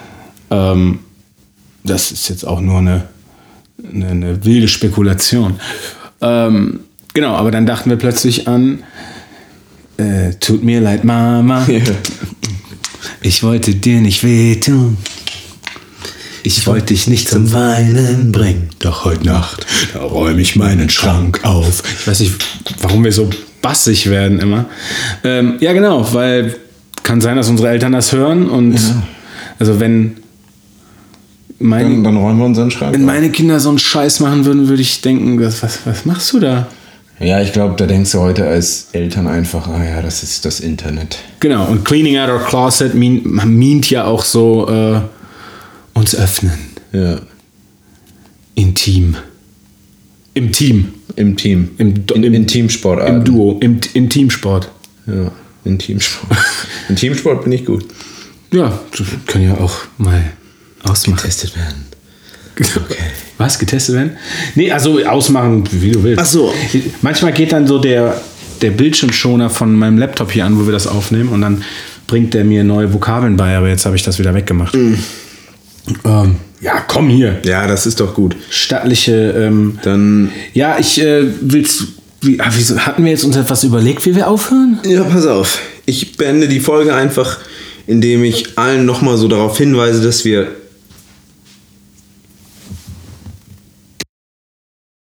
Speaker 1: Das ist jetzt auch nur eine wilde Spekulation. Genau, aber dann dachten wir plötzlich an Tut mir leid, Mama.
Speaker 2: Ja.
Speaker 1: Ich wollte dir nicht wehtun. Ich wollte dich nicht zum Weinen bringen. Doch heute Nacht, da räume ich meinen Schrank auf. Ich weiß nicht, warum wir so bassig werden immer. Ja, genau, weil kann sein, dass unsere Eltern das hören. Und also wenn
Speaker 2: Dann räumen wir unseren Schrank
Speaker 1: wenn meine Kinder so einen Scheiß machen würden, würde ich denken, was machst du da?
Speaker 2: Ja, ich glaube, da denkst du heute als Eltern einfach, das ist das Internet.
Speaker 1: Genau, und Cleaning out our closet meint ja auch so uns öffnen.
Speaker 2: Ja.
Speaker 1: Intim. Im Team.
Speaker 2: Im Team.
Speaker 1: Im
Speaker 2: Teamsportarten.
Speaker 1: Im Duo. Im Teamsport.
Speaker 2: Ja, in Teamsport. In Teamsport bin ich gut.
Speaker 1: Ja, das kann ja auch mal ausmachen.
Speaker 2: Getestet werden.
Speaker 1: Okay. Was? Getestet werden? Nee, also ausmachen, wie du willst.
Speaker 2: Ach so.
Speaker 1: Manchmal geht dann so der Bildschirmschoner von meinem Laptop hier an, wo wir das aufnehmen, und dann bringt der mir neue Vokabeln bei, aber jetzt habe ich das wieder weggemacht. Ja, komm hier.
Speaker 2: Ja, das ist doch gut.
Speaker 1: Stattliche.
Speaker 2: Dann.
Speaker 1: Ja, wieso hatten wir jetzt uns etwas überlegt, wie wir aufhören?
Speaker 2: Ja, pass auf. Ich beende die Folge einfach, indem ich allen nochmal so darauf hinweise, dass wir